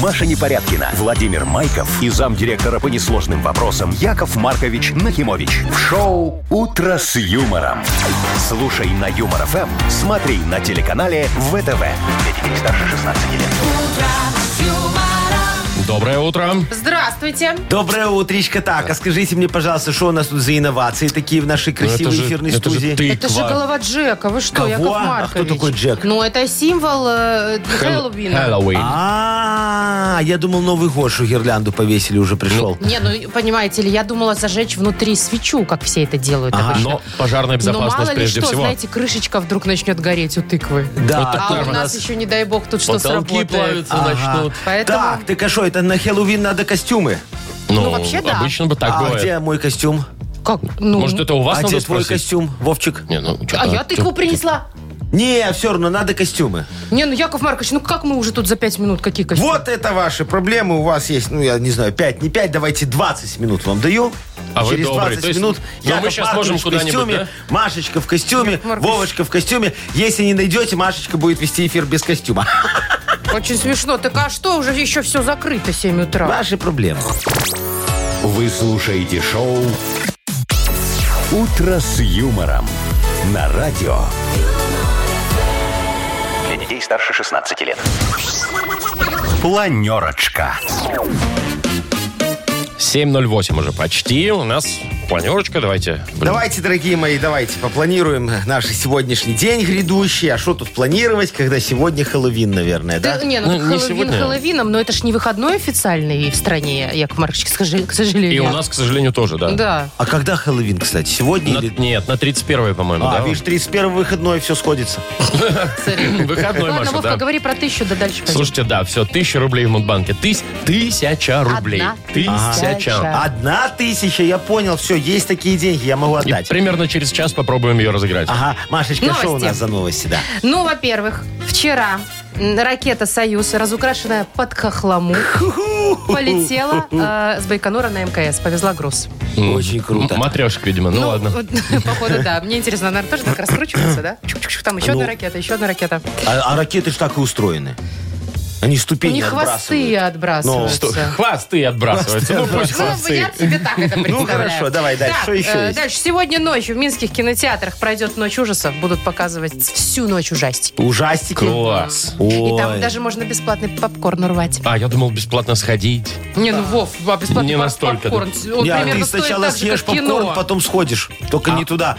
Маша Непорядкина, Владимир Майков и замдиректора по несложным вопросам Яков Маркович Нахимович. В шоу «Утро с юмором». Слушай на Юмор ФМ, смотри на телеканале ВТВ. Для детей старше 16 лет. Доброе утро. Здравствуйте. Доброе утречко. Так, а скажите мне, пожалуйста, что у нас тут за инновации такие в нашей красивой эфирной студии? Это же голова Джека. Вы что, Кого? Яков А Маркович? кто такой Джек? Ну, это символ Хэллоуина. Хэллоуин. Я думал, Новый год, что гирлянду повесили, уже пришел. Не, ну, понимаете ли, я думала зажечь внутри свечу, как все это делают обычно. Но пожарная Но безопасность мало ли прежде что, всего. знаете, крышечка вдруг начнет гореть у тыквы. Да, А у нас еще, не дай бог, тут что Потолки сработает. плавятся начнут. Поэтому... Так а что, это на Хэллоуин надо костюмы? Ну, вообще, да. Обычно бы так А бывает. где мой костюм? Как? Ну, Может, это у вас А надо где твой спросить? костюм, Вовчик? Не, ну, а что-то- я тыкву принесла. Не, все равно надо костюмы. Не, ну, Яков Маркович, ну как мы уже тут за 5 минут какие костюмы? Вот это ваши проблемы у вас есть. Ну, я не знаю, 5, не 5, давайте 20 минут вам даю. А вы Через добрый. 20 То есть, минут ну, мы Яков щас Маркович можем в куда-нибудь, костюме, да? Машечка в костюме, Яков Маркович. Вовочка в костюме. Если не найдете, Машечка будет вести эфир без костюма. Очень смешно. Так а что, уже еще все закрыто 7 утра? Ваши проблемы. Вы слушаете шоу «Утро с юмором» на радио. Для детей старше 16 лет. Планерочка. 7:08 уже почти. У нас планерочка. Давайте. Давайте, дорогие мои, давайте попланируем наш сегодняшний день грядущий. А что тут планировать, когда сегодня Хэллоуин, наверное, да? Да, не, ну, Ну, не Хэллоуин сегодня. Хэллоуином, но это ж не выходной официальный в стране, Яков Маркович, к сожалению. И у нас, к сожалению, тоже, да. Да. А когда Хэллоуин, кстати? Сегодня или... Нет, на 31 по-моему, да? видишь, 31 выходной, все сходится. Выходной, Ладно, Маша, Вовка, да. говори про 1000, да дальше пойдем. Слушайте, да, все, 1000 рублей в Мудбанке. 1000 рублей. 1000. 1000, я понял, все, есть такие деньги, я могу И отдать. примерно через час попробуем ее разыграть. Ага, Машечка, что у Новости. нас за новости, да? Ну, во-первых, вчера ракета «Союз», разукрашенная под хохлому, полетела с Байконура на МКС. Повезла груз. Очень круто. Матрешка, видимо, ну ладно. вот, походу, да. Мне интересно, она тоже так раскручивается, да? Чук-чук-чук, там еще Ну. одна ракета, еще одна ракета. А ракеты ж так и устроены. Они У ступени них хвосты отбрасывают. отбрасываются. Хвосты отбрасываются. Ну, пусть Ну, хвосты. я себе так это представляю. Ну, хорошо, давай дальше. Так, Что еще есть? дальше. Сегодня ночью в минских кинотеатрах пройдет «Ночь ужасов». Будут показывать всю ночь ужастики. Ужастики. Класс. И там Ой. даже можно бесплатный попкорн урвать. А, я думал, бесплатно сходить. Не, ну, Вов, бесплатный Не настолько, попкорн. Он Не, примерно ты стоит сначала так же, съешь как кино. попкорн, потом сходишь. Только не туда.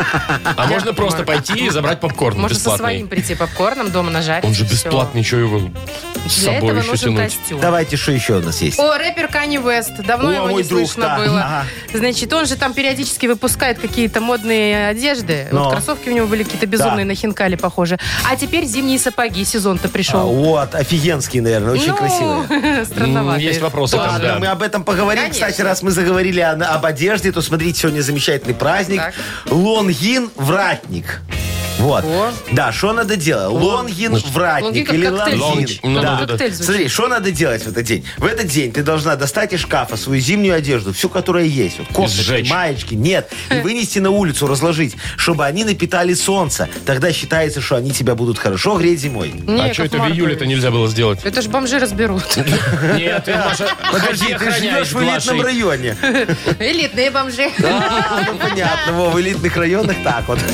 А можно просто пойти и забрать попкорн Можно со бесплатный? своим прийти попкорном, дома нажарить. Он же и всё. бесплатный, что его с Для собой этого еще нужен тянуть? костюм. Давайте, что еще у нас есть? О, рэпер Канье Уэст. Давно О, его мой не друг, слышно да. было. Ага. Значит, он же там периодически выпускает какие-то модные одежды. Но. Вот кроссовки у него были какие-то безумные, Да. на хинкали похожи. А теперь зимние сапоги. Сезон-то пришел. Вот, офигенские, наверное, очень красивые. Странновато. Есть вопросы там, Ладно, да. мы об этом поговорим. Конечно. Кстати, раз мы заговорили об одежде, то смотрите, сегодня замечательный праздник. Так. Лонгин-вратник. Вот. О. Да, что надо делать? Лонгин-вратник Лонгин как или коктейль лонгин. звучит. Ну, Да. да, да. Коктейль звучит. Смотри, что надо делать в этот день? В этот день ты должна достать из шкафа свою зимнюю одежду, всю, которая есть. Вот кофточки, сжечь. маечки, нет. И вынести на улицу, разложить, чтобы они напитали солнце. Тогда считается, что они тебя будут хорошо греть зимой. Не, А Яков что это в Маркович. июле-то нельзя было сделать? Это ж бомжи разберут. Нет, ты, Маша, Подожди, ходи, ты охраняй живешь в элитном Глашей. районе. Элитные бомжи. Ну, понятно, в элитных районах так вот.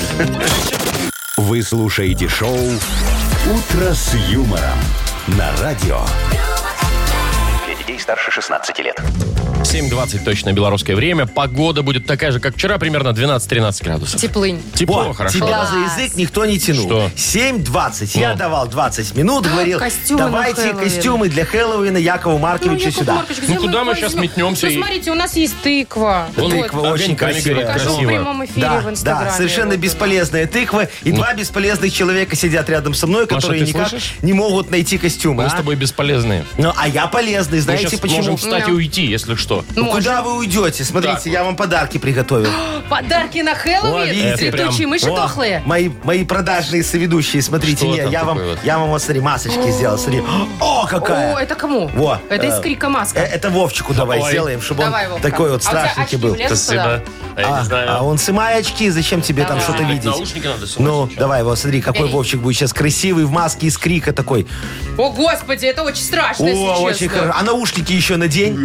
Вы слушаете шоу «Утро с юмором» на радио. Для детей старше 16 лет. 7:20 точно белорусское время. Погода будет такая же, как вчера, примерно 12-13 градусов. Теплынь. Тепло, Вот, хорошо. тебя Класс. за язык никто не тянул. Что? 7:20. Я Ну. давал 20 минут, говорил, костюмы на давайте Хэллоуин. костюмы для Хэллоуина Якову Марковичу Яков сюда. Маркович, где Ну, куда мы их щас возьмем? метнемся Ну, и- смотрите, у нас есть тыква. Вон Тыква очень огоньками красивая. горит Покажу в красиво. прямом эфире в Инстаграме. Да, совершенно Вот. бесполезная тыква. И два бесполезных человека сидят рядом со мной, которые ты никак слышишь? не могут найти костюмы. Мы с тобой бесполезные. Ну, а я полезный, Мы знаете сейчас почему? можем встать и Ну. уйти, если что. что? Ну, куда вы уйдете? Смотрите, Так я вам подарки приготовил. Подарки на Хэллоуин? видите, Летучие мыши О, дохлые? мои продажные соведущие, смотрите, Что не, там я такое вот? вам вот, смотри, масочки сделал, смотри. О, какая! О, это кому? Во, Это из крика маска. Это Вовчику давай Ой. сделаем, чтобы он Давай, Вовка. такой вот А у тебя страшненький очки был. влезут туда? Я не знаю. А он сымай очки, зачем тебе там Давай. что-то видеть? Наушники надо снимать Ну, сейчас. давай, вот смотри, какой Эй. Вовчик будет сейчас красивый, в маске из крика такой. О, господи, это очень страшно, если О, очень честно. хорошо. А наушники еще надень.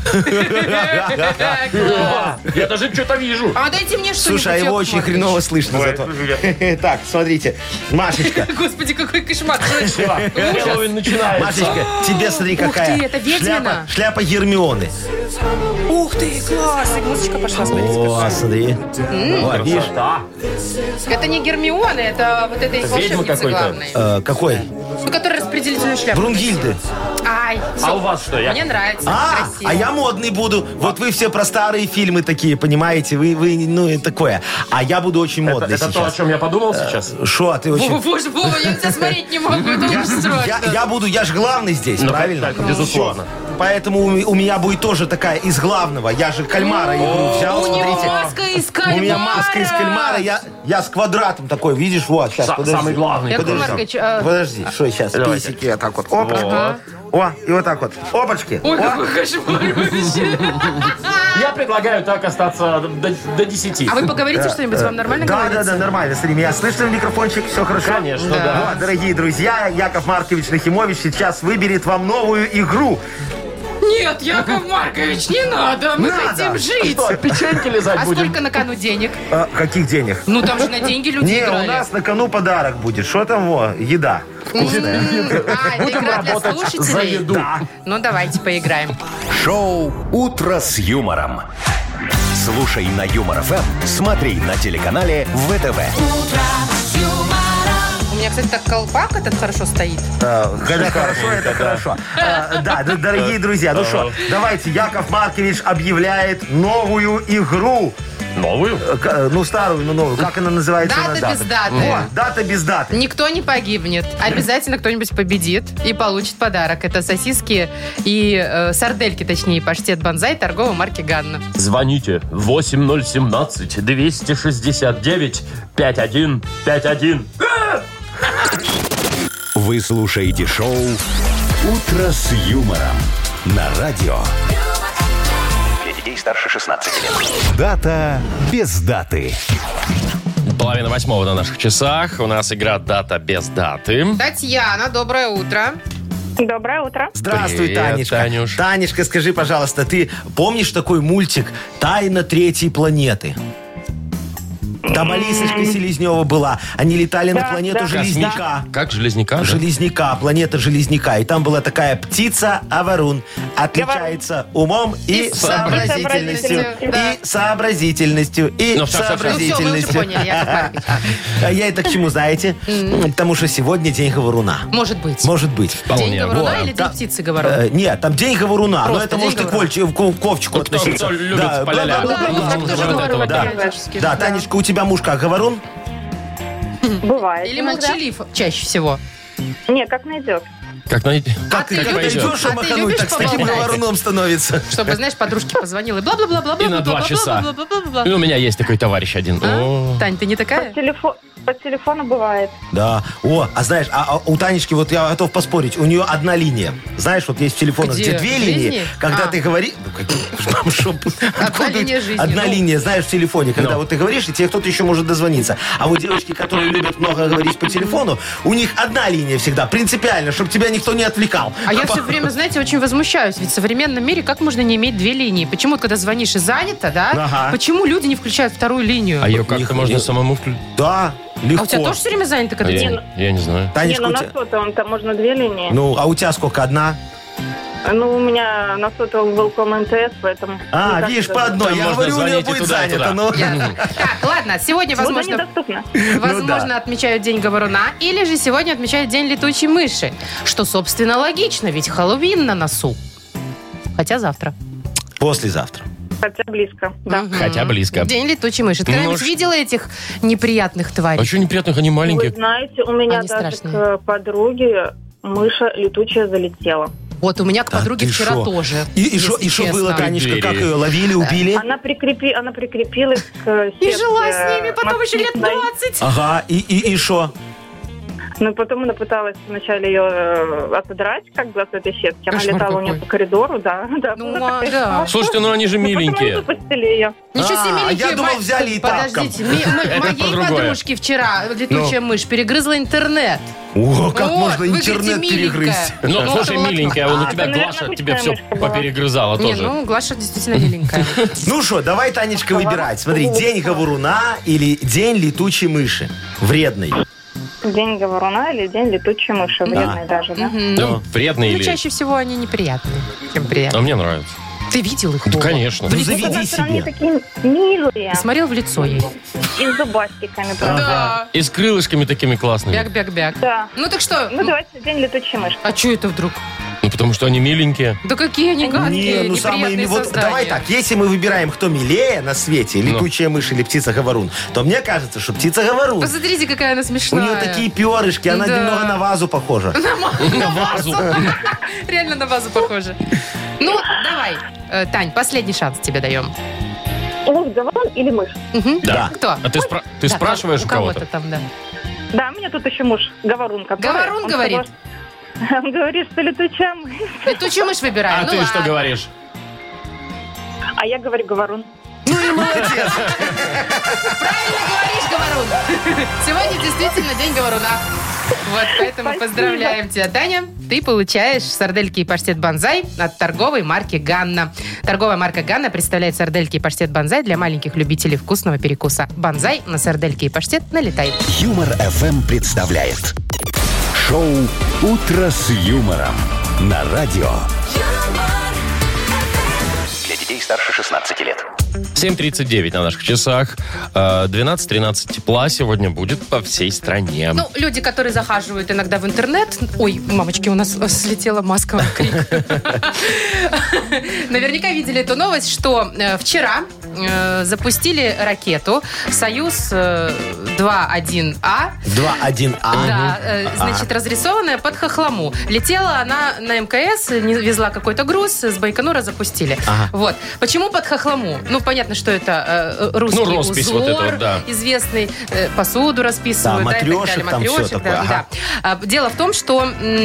Я даже что-то вижу. А дайте мне что-нибудь. Слушай, а его Яков очень Маркович. хреново слышно Ой, зато. Так, смотрите, Машечка. Господи, какой кошмар. Что это? Хэллоуин начинается. Машечка, тебе смотри, Ух какая ты, это ведьмина. шляпа Гермионы. Ух ты, класс. И музычка пошла, смотрите. О, смотри. О, видишь? Это не Гермиона, это вот этой волшебницы какой-то. главной. Какой? Ну, которая распределительную шляпу. Брунгильды. Ай, А у вас что? мне нравится. Красиво. А я модный буду. Вот вы все про старые фильмы такие, понимаете? Вы ну, и такое. А я буду очень модный Это то, о сейчас. чем я подумал сейчас? Шо, ты очень... Боже, Вова, я тебя смотреть не могу, это очень страшно. Я же главный здесь, Ну, правильно? так, безусловно. Поэтому у меня будет тоже такая из главного. Я же кальмара игру взял, У него смотрите. маска из кальмара. У меня маска из кальмара, я с квадратом такой, видишь, вот, сейчас, подожди. Самый главный. Яков Подожди. Маркович, Подожди, что сейчас? Давайте. Песики вот так вот. Опачки. О, и вот так вот. Опачки. ой, О. какой кошмар вообще. Я предлагаю так остаться до 10. А вы поговорите что-нибудь, вам нормально Да, говорится? да, нормально. Смотри, меня слышно в микрофончик? Все хорошо? Конечно, Да. да. Вот, дорогие друзья, Яков Маркович Нахимович сейчас выберет вам новую игру. Нет, Яков Маркович, не надо, мы Надо. хотим жить. Что, печеньки лизать А будем? сколько на кону денег? Каких денег? Ну, там же на деньги люди Не, играли. у нас на кону подарок будет. Что там, еда. А, это игра для за слушателей? еду. Да. Ну, давайте поиграем. Шоу «Утро с юмором». Слушай на Юмор ФМ, смотри на телеканале ВТВ. У меня, кстати, так колпак этот хорошо стоит. Когда хорошо, это хорошо. Да, дорогие друзья, ну что, давайте, Яков Маркович объявляет новую игру. Новую? Ну, старую, но новую. Как она называется? Дата без даты. О, дата без даты. Никто не погибнет. Обязательно кто-нибудь победит и получит подарок. Это сосиски и сардельки, точнее, паштет банзай торговой марки Ганна. Звоните 8017-269-5151. Вы слушаете шоу «Утро с юмором» на радио. Для детей старше 16 лет. Дата без даты. 7:30 на наших часах. У нас игра «Дата без даты». Татьяна, доброе утро. Доброе утро. Здравствуй, Привет, Танечка. Танюш. Танечка, скажи, пожалуйста, ты помнишь такой мультик «Тайна третьей планеты»? Там Алисочка Селезнева была. Они летали на Да, планету да. Железняка. Как Железняка? да? Железняка, планета Железняка. И там была такая птица Аварун. Отличается умом и сообразительностью. И сообразительностью. И Ну, всё, всё, всё. Ну все, мы уже сообразительностью. поняли, Яков Маркович. А я это к чему, знаете? Потому что сегодня день Говоруна. Может быть. Может быть. День Вполне. говоруна Вот. или Да. день птицы говоруна? Нет, там день Говоруна. Но Просто это день может и Говоруна. к Вовчику Кто относиться. любит Да, поля-ля. бла-бла-бла. Ну, так тоже вот это говорю вот, да. по-человечески. Да, Танечка, у тебя муж как, Говорун? Бывает. Или иногда. молчалив чаще всего. Не, как найдет. Как найти? Как ты когда любишь? идешь А ты шамахануть, любишь так с таким поболтать? Говоруном становится. Чтобы, знаешь, подружке позвонила. Бла-бла-бла-бла. И на 2 часа. И у меня есть такой товарищ один. О. Тань, ты не такая? По телефону бывает. Да. О, а знаешь, у Танечки, вот я готов поспорить, у нее одна линия. Знаешь, вот есть в телефонах, Где? где 2 В жизни? линии. Когда А. ты говоришь... линия жизни, Одна ну. линия, знаешь, в телефоне. Когда Ну. вот ты говоришь, и тебе кто-то еще может дозвониться. А вот девочки, которые любят много говорить по телефону, у них одна линия всегда, принципиально, чтобы тебя никто не отвлекал. А я все время, знаете, очень возмущаюсь. Ведь в современном мире как можно не иметь 2 линии? Почему, вот, когда звонишь и занято, да? Ага. Почему люди не включают вторую линию? А ее Них- как-то можно самому включить? Да, легко. А у тебя тоже все время занято, когда Я день? не знаю. Танечка, не, у ну тебя- на сотовом там можно 2 линии. Ну, а у тебя сколько, одна? Ну, у меня на сотовом был ком МТС, поэтому... А, никак видишь, не по одной. Там Я можно говорю, у нее звонить и будет туда, и занято. туда. Ну. Ясно. Так, ладно, сегодня, Буду возможно, недоступна. возможно, отмечают День Говоруна, или же сегодня отмечают День летучей мыши. Что, собственно, логично, ведь Хэллоуин на носу. Хотя завтра. Послезавтра. Хотя близко, да. Хотя близко. День летучей мыши. Ты Ну, когда-нибудь видела этих неприятных А тварей? что неприятных, они Вы маленькие. знаете, у меня Они даже страшные. к подруге мыша летучая залетела. Вот у меня к Да подруге ты вчера шо? тоже. И что было, Танечка? Двери. Как ее ловили, убили? Она прикрепилась к И сетке жила с ними потом еще лет москитной. 20. Ага, и что? Ну, потом она пыталась вначале ее отодрать, как бы, от этой сетки. Она Кошмар летала у нее какой. по коридору, да. Ну, была такая да. ситуация. Слушайте, ну они же Ну, потом они миленькие. выпустили ее. Ничего себе, А, миленькие. я думал, взяли и тапком. Подождите, моей другое. подружке вчера летучая мышь перегрызла интернет. О, как Вот, можно вы говорите, интернет миленькая. перегрызть? Ну, Ну, слушай, ладно. миленькая, вон у А, тебя это, наверное, Глаша тебе обычная все мышка была. поперегрызала Не, тоже. ну, Глаша действительно миленькая. Ну что, давай, Танечка, выбирать. Смотри, день говоруна или день летучей мыши. Вредный. День говоруна или день летучей мыши. Вредной даже, да? Ну, вредный Ну, или... чаще всего они неприятные, чем А приятные. мне нравится. Ты видел их? Да, Вова? конечно. В Ну, лицо? заведи Они себе. такие милые. Ты смотрел в лицо ей? И с зубастиками, правда. Да. И с крылышками такими классными. Бяк-бяк-бяк. Да. Ну так что? Ну, давайте день летучей мыши. А что это вдруг? Ну, потому что они миленькие. Да какие они гадкие, Не, ну самые... неприятные Вот создания. давай так, если мы выбираем, кто милее на свете, летучая мышь или птица-говорун, то мне кажется, что птица-говорун. Посмотрите, какая она У смешная. нее такие перышки, она Да. немного на вазу похожа. На вазу. Реально на вазу похоже. Ну, давай, Тань, последний шанс тебе даем. У вас говорун или мышь? Мгм. Да. Кто? А ты Да, спрашиваешь у кого-то? там, да. Да, у меня тут еще муж, говорун. Который, Говорун он говорит? сказал, Он говорит, что летучая мышь. Летучую мышь выбираем. А Ну ты что ладно. говоришь? А я говорю говорун. Ну и молодец. Правильно говоришь, говорун. Сегодня действительно день говоруна. Вот, поэтому Спасибо. поздравляем тебя, Таня. Ты получаешь сардельки и паштет «Банзай» от торговой марки «Ганна». Торговая марка «Ганна» представляет сардельки и паштет «Банзай» для маленьких любителей вкусного перекуса. «Банзай» на сардельки и паштет налетай. Юмор FM представляет шоу Утро с юмором на радио. Для детей старше 16 лет. 7:39 на наших часах. 12-13 тепла сегодня будет по всей стране. Ну, люди, которые захаживают иногда в интернет... Ой, мамочки, у нас слетела маска. Крик. Наверняка видели эту новость, что вчера запустили ракету «Союз 2-1А». 2-1А. Да, значит, разрисованная под Хохлому. Летела она на МКС, везла какой-то груз, с Байконура запустили. Ага. Вот. Почему под Хохлому? Ну, понятно, что это русский Ну, роспись узор, вот это вот, да. известный, посуду расписывают, Да, да, и так матрешек, далее. там всё Матрешек, такое, да, ага. да. Дело в том, что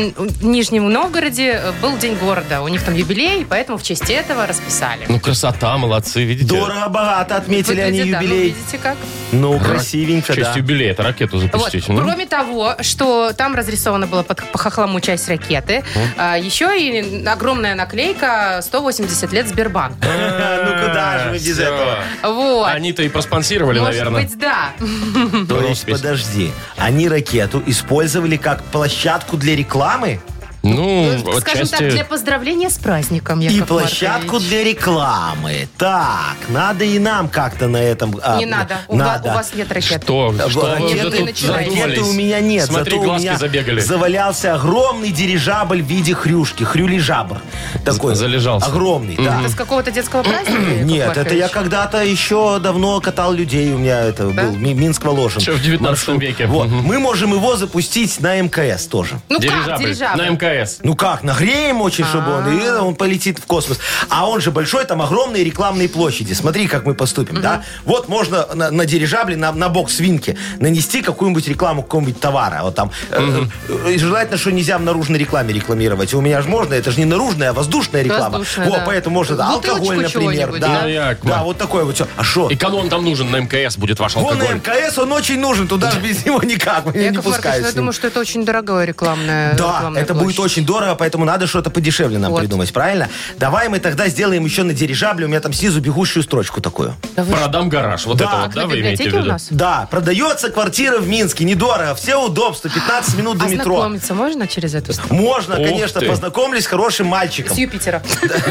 в Нижнем Новгороде был День города. У них там юбилей, поэтому в честь этого расписали. Ну, красота, молодцы, видите? Дорого-богато отметили они Выглядит, да, ну, А юбилей. видите как? Ну, В красивенько, честь да. юбилея это ракету Вот. запустить. Ну, Кроме того, что там разрисована была по Хохлому часть ракеты, еще и огромная наклейка «180 лет Сбербанк». Ну куда же вы без всё. этого? Вот. Они-то и проспонсировали, Может наверное. быть, да. То есть, Роспись. подожди, они ракету использовали как площадку для рекламы? Ну, Скажем так, отчасти... для поздравления с праздником, И Яков площадку Маркович. для рекламы. Так, надо и нам как-то на этом... Не надо. У вас нет ракет. Что вы уже Ракеты, тут ракеты у задумались? меня нет. Смотри, зато у глазки меня забегали. завалялся огромный дирижабль в виде хрюшки. Хрюлижабр. Такой. Залежался. Огромный, да. Это с какого-то детского праздника, Яков Нет, это Маркович? я когда-то еще давно катал людей. У меня это Да? был Минск-Воложен. Еще в 19 маршрут. веке. Вот. Мгм. Мы можем его запустить на МКС тоже. Ну как, Дирижабль дирижабль? на МКС. Ну как, нагреем очень, чтобы он полетит в космос. А он же большой, там огромные рекламные площади. Смотри, как мы поступим, да? Вот можно на дирижабле, на бок свинки нанести какую-нибудь рекламу какого-нибудь товара. Вот там. И желательно, что нельзя в наружной рекламе рекламировать. У меня же можно, это же не наружная, а воздушная реклама. Воздушная, Вот, да. поэтому можно, да, Бутылочку алкоголь, например. чего-нибудь, Да, да? Ну, Яков да, Маркович. вот такое вот все. А что? Эконом там нужен, на МКС будет ваш Вон на алкоголь. МКС он очень нужен, туда же без него никак. Меня не Яков Маркович, пускают ну, я с ним. думаю, что это очень дорогое рекламное. Да, рекламная это будет площадь. очень дорого, поэтому надо что-то подешевле нам Вот. придумать, правильно? Давай мы тогда сделаем еще на дирижабле, у меня там снизу бегущую строчку такую. Да вы Продам гараж. Вот Да. это вот, Как да, на вы имеете в библиотеке у виду? нас? Да, продается квартира в Минске, недорого, все удобства, 15 минут до метро. Ознакомиться можно через эту страницу? Можно, Ух конечно, ты. познакомились с хорошим мальчиком. С Юпитера.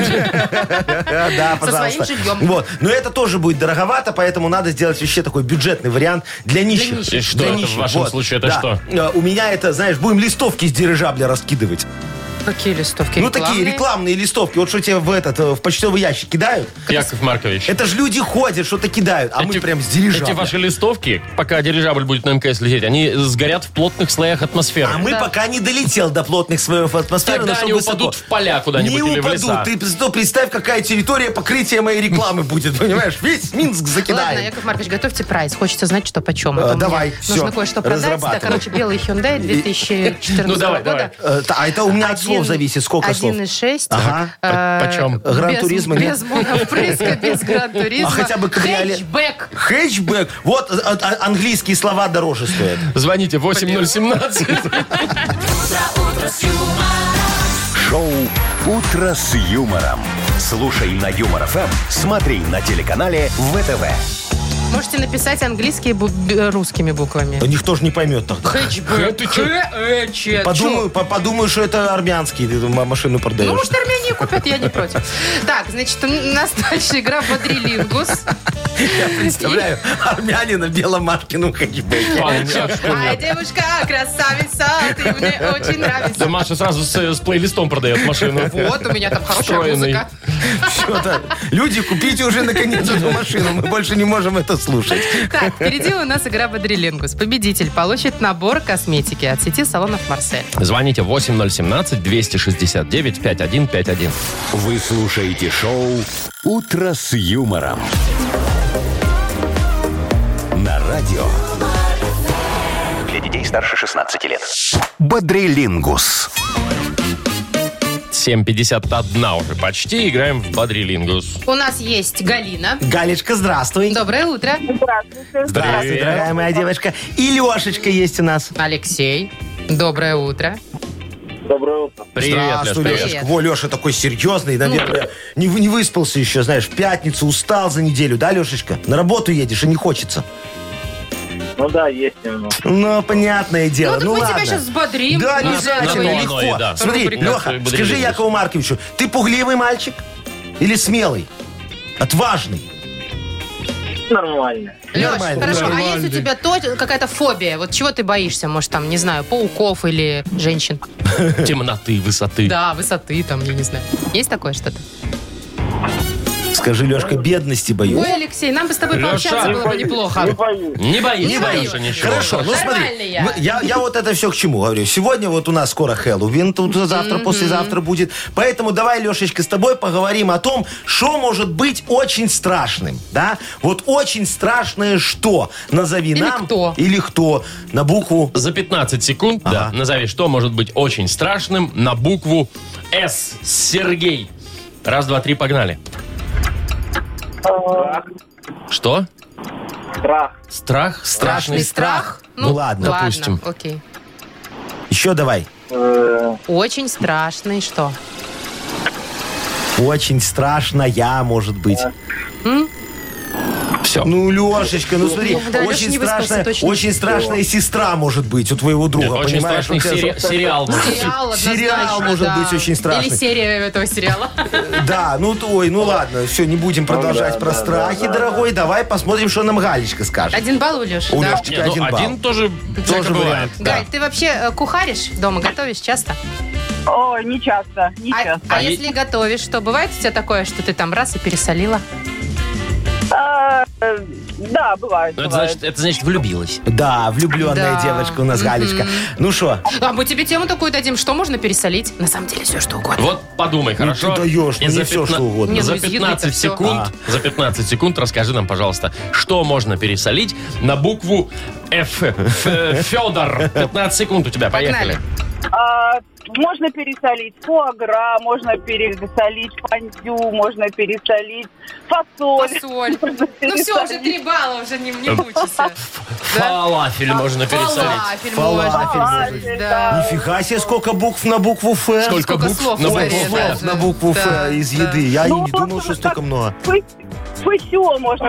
Да, пожалуйста. своим жильем. Вот. Но это тоже будет дороговато, поэтому надо сделать вообще такой бюджетный вариант для нищих. нищих. И что Для это в нищих, вашем вот. случае? Это Да. что? У меня это, знаешь, будем листовки с дирижабля раскидывать. Какие листовки? Ну, такие рекламные листовки. Вот что тебе в почтовый ящик кидают. Яков Маркович. Это ж люди ходят, что-то кидают. А мы прям с дирижабля. Эти ваши листовки, пока дирижабль будет на МКС лететь, они сгорят в плотных слоях атмосферы. А мы пока не долетел до плотных слоев атмосферы. Тогда они упадут в поля куда-нибудь не или в леса. упадут. Ты зато представь, какая территория покрытия моей рекламы будет. Понимаешь? Весь Минск закидаем. Ладно, Яков Маркович, готовьте прайс. Хочется знать, что почем. Давай, все. Нужно кое-что продать. Да, разрабатывай. короче, белый Hyundai 2014 Ну, давай. года. А это у меня от слов зависит. Сколько слов? 1,6. Ага. Почем? Гран-туризма нет? Без моновпрыска, без гран-туризма. А хотя бы кабриолет? Хэтчбэк. Хэтчбэк. Вот английские слова дороже стоят. Звоните 8017. Шоу «Утро с юмором». Слушай на Юмор ФМ, смотри на телеканале ВТВ. Можете написать английские русскими буквами. Никто же не поймет тогда. Хэтчбэк. Подумаю, что это армянский. Ты машину продаешь. Ну, может, армяне купят, я не против. Так, значит, у нас дальше игра «Бодрилингус». Я представляю армянина в белом Машкином хэтчбеке. Ай, девушка, красавица, ты мне очень нравится. Да Маша сразу с плейлистом продает машину. Вот, у меня там хорошая Встроенный. музыка. Что-то. Люди, купите уже наконец эту машину. Мы больше не можем это слушать. Так, впереди у нас игра «Бодрилингус». Победитель получит набор косметики от сети салонов «Марсель». Звоните 8017-269-5151. Вы слушаете шоу «Утро с юмором». На радио. Для детей старше 16 лет. Бодрилингус. 7:51 уже почти. Играем в Бодрилингус. У нас есть Галина. Галечка, здравствуй. Доброе утро. Здравствуйте. Здравствуй, Привет. дорогая моя девочка. И Лешечка есть у нас. Алексей. Доброе утро. Доброе утро. Привет, Леш, Здравствуй, привет. Лешечка. Во, Леша такой серьезный, наверное, не выспался еще, знаешь, в пятницу, устал за неделю, да, Лешечка? На работу едешь, и не хочется. Ну да, есть немного. Ну, понятное дело. Ну, так мы ладно. тебя сейчас взбодрим. Да, Ну, обязательно, давай. оно легко. и да. Смотри, Рубрика. Леха, скажи Бодрилингус. Якову Марковичу, ты пугливый мальчик или смелый? Отважный? Нормально. Леш, Нормально. хорошо, Нормальный. а есть у тебя какая-то фобия? Вот чего ты боишься? Может, там, не знаю, пауков или женщин? Темноты, высоты. Да, высоты, там, я не знаю. Есть такое что-то? Скажи, Лешка, бедности боюсь. Ой, Алексей, нам бы с тобой Леша. пообщаться было бы неплохо. Не боюсь. Не боится, Не боюсь. Леша, ничего. Хорошо, ну смотри, Нормальный я. я вот это все к чему говорю. Сегодня вот у нас скоро Хэллоуин, тут завтра, послезавтра будет. Поэтому давай, Лешечка, с тобой поговорим о том, что может быть очень страшным, да? Вот очень страшное что? Назови Или нам. кто. Или кто. На букву. За 15 секунд, да, назови, что может быть очень страшным на букву «С». Сергей. Раз, два, три, погнали. Что? Страх. Страх? Страшный страх? Ну, ладно, допустим. Окей. Еще давай. Очень страшный что? Очень страшная, может быть. Все. Ну, Лешечка, ну смотри, Да, Леша очень не выспался, страшная, точно. очень страшная сестра может быть у твоего друга, Очень понимаешь? страшный У тебя сериал. Сериал, Сериал однозначно, может да. быть очень страшный. Или серия этого сериала. Да, ну ладно, все, не будем продолжать про страхи, дорогой. Давай посмотрим, что нам Галечка скажет. 1 балл у Леши, У да? Лешечки Нет, ну, 1 балл. один тоже всяко бывает. вариант. Да. Галь, ты вообще кухаришь дома, готовишь часто? Ой, не часто, не А часто. если готовишь, что бывает у тебя такое, что ты там раз и пересолила? Да, бывает. Ну, бывает. это значит влюбилась. Да, влюбленная Да. девочка у нас Галечка. Ну что, А мы тебе тему такую дадим, что можно пересолить? На самом деле все, что угодно. Вот подумай, хорошо? ты даешь, ну И не за все, что угодно. Не, ну За из еды-то 15 всё. секунд, за 15 секунд расскажи нам, пожалуйста, что можно пересолить на букву Ф. Федор. 15 секунд у тебя, поехали. Можно пересолить фуагра, можно пересолить фондю, можно пересолить фасоль. Фасоль. Можно Ну все, уже пересолить. 3 балла, уже не мучайся. Фалафель можно пересолить. Фалафель Фалафель можно. можно. Да. нифига себе, сколько букв на букву Ф. Сколько букв слов на скорее букву Слов Ф? даже. на букву Да, Ф из да. еды. Я и Ну, не думал, что столько много. Фысё можно.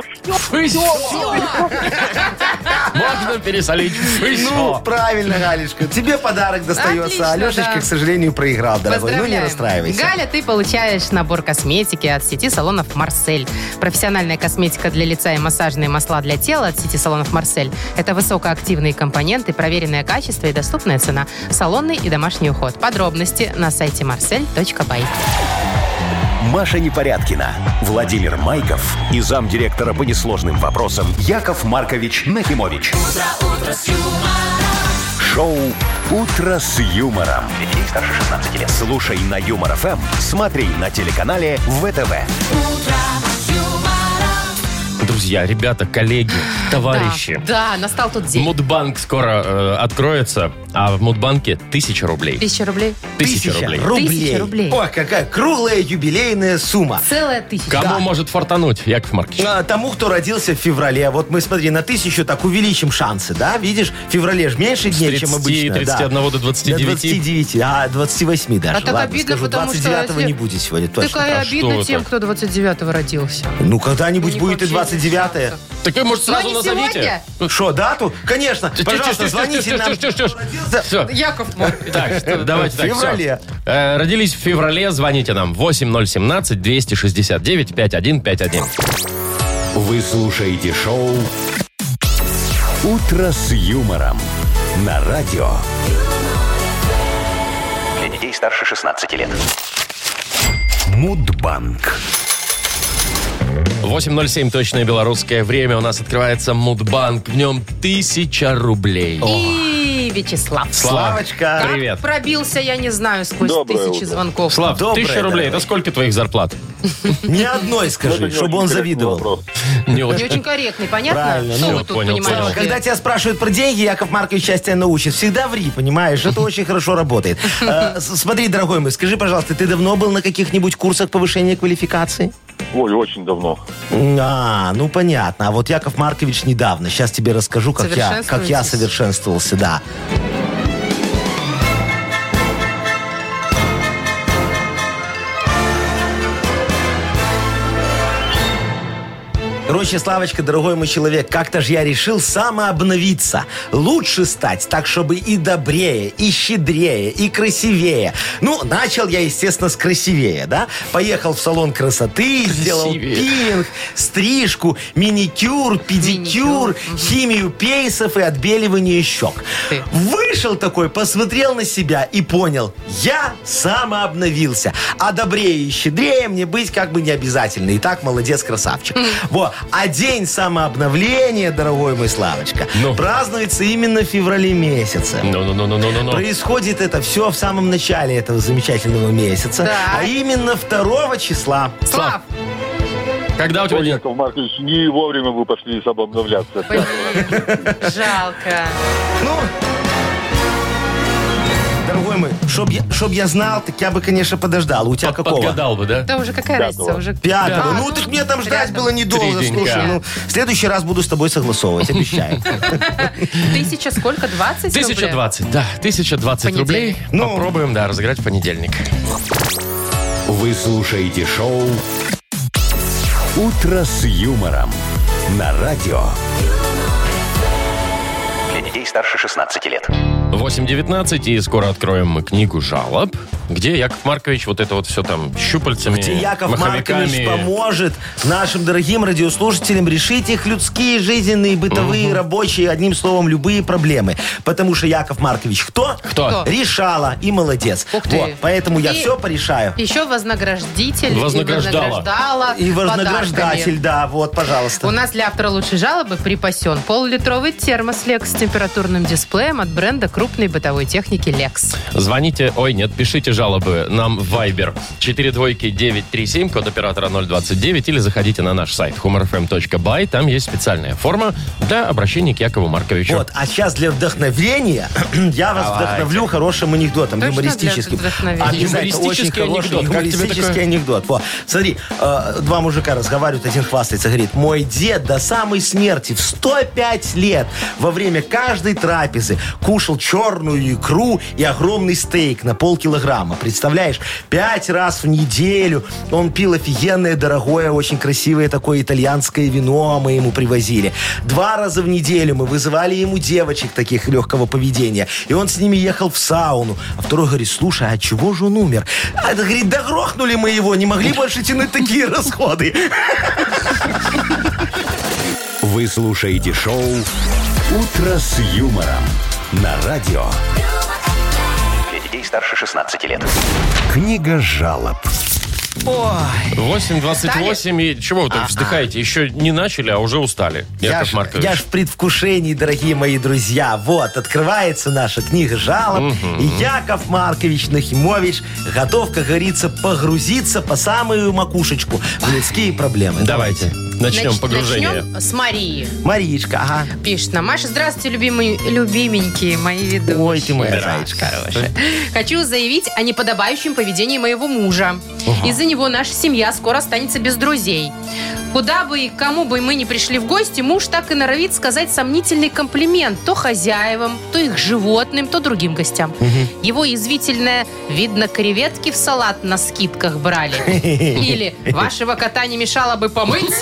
Можно пересолить Ну, все. правильно, Галечка. Тебе подарок достается. Отлично, Алешечка, да. к сожалению, проиграл, дорогой. Ну, не Поздравляем. расстраивайся. Галя, ты получаешь набор косметики от сети салонов «Марсель». Профессиональная косметика для лица и массажные масла для тела от сети салонов «Марсель». Это высокоактивные компоненты, проверенное качество и доступная цена. Салонный и домашний уход. Подробности на сайте marsel.by. Маша Непорядкина, Владимир Майков и замдиректора по несложным вопросам Яков Маркович Нахимович. Шоу «Утро с юмором». Для детей старше 16 лет. Слушай на Юмор ФМ, смотри на телеканале ВТВ. Друзья, ребята, коллеги, товарищи. Да, настал тот день. Мудбанк скоро откроется, а в Мудбанке 1000 рублей. 1000 рублей. 1000 рублей. 1000 рублей. Ой, какая круглая юбилейная сумма. Целая 1000. Кому может фартануть, Яков Маркович? Тому, кто родился в феврале. Вот мы, смотри, на 1000 так увеличим шансы, да? Видишь, в феврале же меньше дней, чем обычно. 31 до 29. До 29, 28 даже. А так Ладно, обидно, скажу, потому что 29-го если- не будет сегодня, точно. Такая А что обидно вы тем, так? кто 29-го родился. Ну, когда-нибудь У них будет и вообще нет 29-е. шансов. Так вы, может, сразу не назовите? сегодня? Что, дату? Конечно. Пожалуйста, звоните нам. Все. Яков Маркович. Так, давайте так, В феврале. всё. Родились в феврале, звоните нам 8017-269-5151. Вы слушаете шоу «Утро с юмором» на радио. Для детей старше 16 лет. Мудбанк. 8:07 точное белорусское время. У нас открывается Мудбанк. В нем 1000 рублей. И Вячеслав. Славочка. Как Привет. пробился, я не знаю, сквозь Доброе 1000 утро. звонков. Слав, Доброе, 1000 рублей. дорогой. Это сколько твоих зарплат? Ни одной скажи, чтобы он завидовал. Не Не очень. очень корректный, понятно? Правильно, Что ну, вы тут понял, понимаете? понял. Когда тебя спрашивают про деньги, Яков Маркович сейчас тебя научит. Всегда ври, понимаешь? Это очень хорошо работает. Смотри, дорогой мой, скажи, пожалуйста, ты давно был на каких-нибудь курсах повышения квалификации? Ой, очень давно. Ну понятно. А вот Яков Маркович недавно. Сейчас тебе расскажу, как я Совершенствуетесь? совершенствовался, да. Короче, Славочка, дорогой мой человек, как-то же я решил самообновиться. Лучше стать, так, чтобы и добрее, и щедрее, и красивее. Ну, начал я, естественно, с красивее, да? Поехал в салон красоты, сделал пилинг, стрижку, маникюр, педикюр, химию пейсов и отбеливание щек. Ты. Вышел такой, посмотрел на себя и понял, я самообновился. А добрее и щедрее мне быть как бы не обязательно. И так, молодец, красавчик. Вот. А день самообновления, дорогой мой Славочка, Ну. празднуется именно в феврале месяце. Ну. Происходит это все в самом начале этого замечательного месяца, Так. а именно 2 числа. Слав, Когда у тебя Ой, день? Яков Маркович, не вовремя вы пошли самообновляться. жалко. Ну, дорогой мой, чтоб я знал, так я бы, конечно, подождал. У тебя какого? Подгадал бы, да? Да уже какая разница? Уже 5-го. А, Ну, так мне там ждать рядом. было недолго. 3 денька. Слушай, ну, в следующий раз буду с тобой согласовывать, обещаю. 1000 сколько? 20 рублей? 1020, да. 1020 рублей. Понедельник. Ну. Попробуем, да, разыграть в понедельник. Вы слушаете шоу «Утро с юмором» на радио. Для детей старше 16 лет. 8:19, и скоро откроем мы книгу жалоб, где Яков Маркович вот это вот все там щупальцами, Где Яков Маркович маховиками. поможет нашим дорогим радиослушателям решить их людские, жизненные, бытовые, рабочие, одним словом, любые проблемы. Потому что Яков Маркович кто? Кто? Решала и молодец. Ух ты. Вот, поэтому я И- все порешаю. Еще вознаградитель. Вознаграждала. И вознаграждала И вознаграждатель, подарками. да, вот, пожалуйста. У нас для автора лучшей жалобы припасен пол-литровый термос Lex с температурным дисплеем от бренда крупной бытовой техники Lex. Звоните, пишите жалобы нам в Viber 42937, код оператора 029, или заходите на наш сайт humorfm.by. Там есть специальная форма для обращения к Якову Марковичу. Вот, а сейчас для вдохновения я вас Давайте. вдохновлю хорошим анекдотом, Точно юмористическим. для вдохновения? Обязательно, очень Юмористический хороший анекдот. Как тебе юмористический такое? анекдот. Во, смотри, два мужика разговаривают, один хвастается, говорит, мой дед до самой смерти в 105 лет во время каждой трапезы кушал черную икру и огромный стейк на полкилограмма. Представляешь? 5 раз в неделю он пил офигенное, дорогое, очень красивое такое итальянское вино мы ему привозили. 2 раза в неделю мы вызывали ему девочек таких легкого поведения. И он с ними ехал в сауну. А второй говорит, слушай, а чего же он умер? А это, говорит, да грохнули мы его, не могли больше тянуть такие расходы. Вы слушаете шоу «Утро с юмором» на радио. Для детей старше 16 лет. Книга жалоб. 8:28. И чего вы так вздыхаете? Еще не начали, а уже устали. Яков Маркович. Я ж в предвкушении, дорогие мои друзья. Вот, открывается наша книга жалоб. И Яков Маркович Нахимович готов, как говорится, погрузиться по самую макушечку в людские проблемы. Давайте. Начнем погружение. Начнем с Марии. Мариечка, ага. Пишет нам: Маша, здравствуйте, любименькие мои ведущие. Ой, ты моя зайчка. Хорошая. Хочу заявить о неподобающем поведении моего мужа. Из-за него наша семья скоро останется без друзей. Куда бы и к кому бы мы ни пришли в гости, муж так и норовит сказать сомнительный комплимент то хозяевам, то их животным, то другим гостям. Его язвительное «видно, креветки в салат на скидках брали». Или «вашего кота не мешало бы помыть».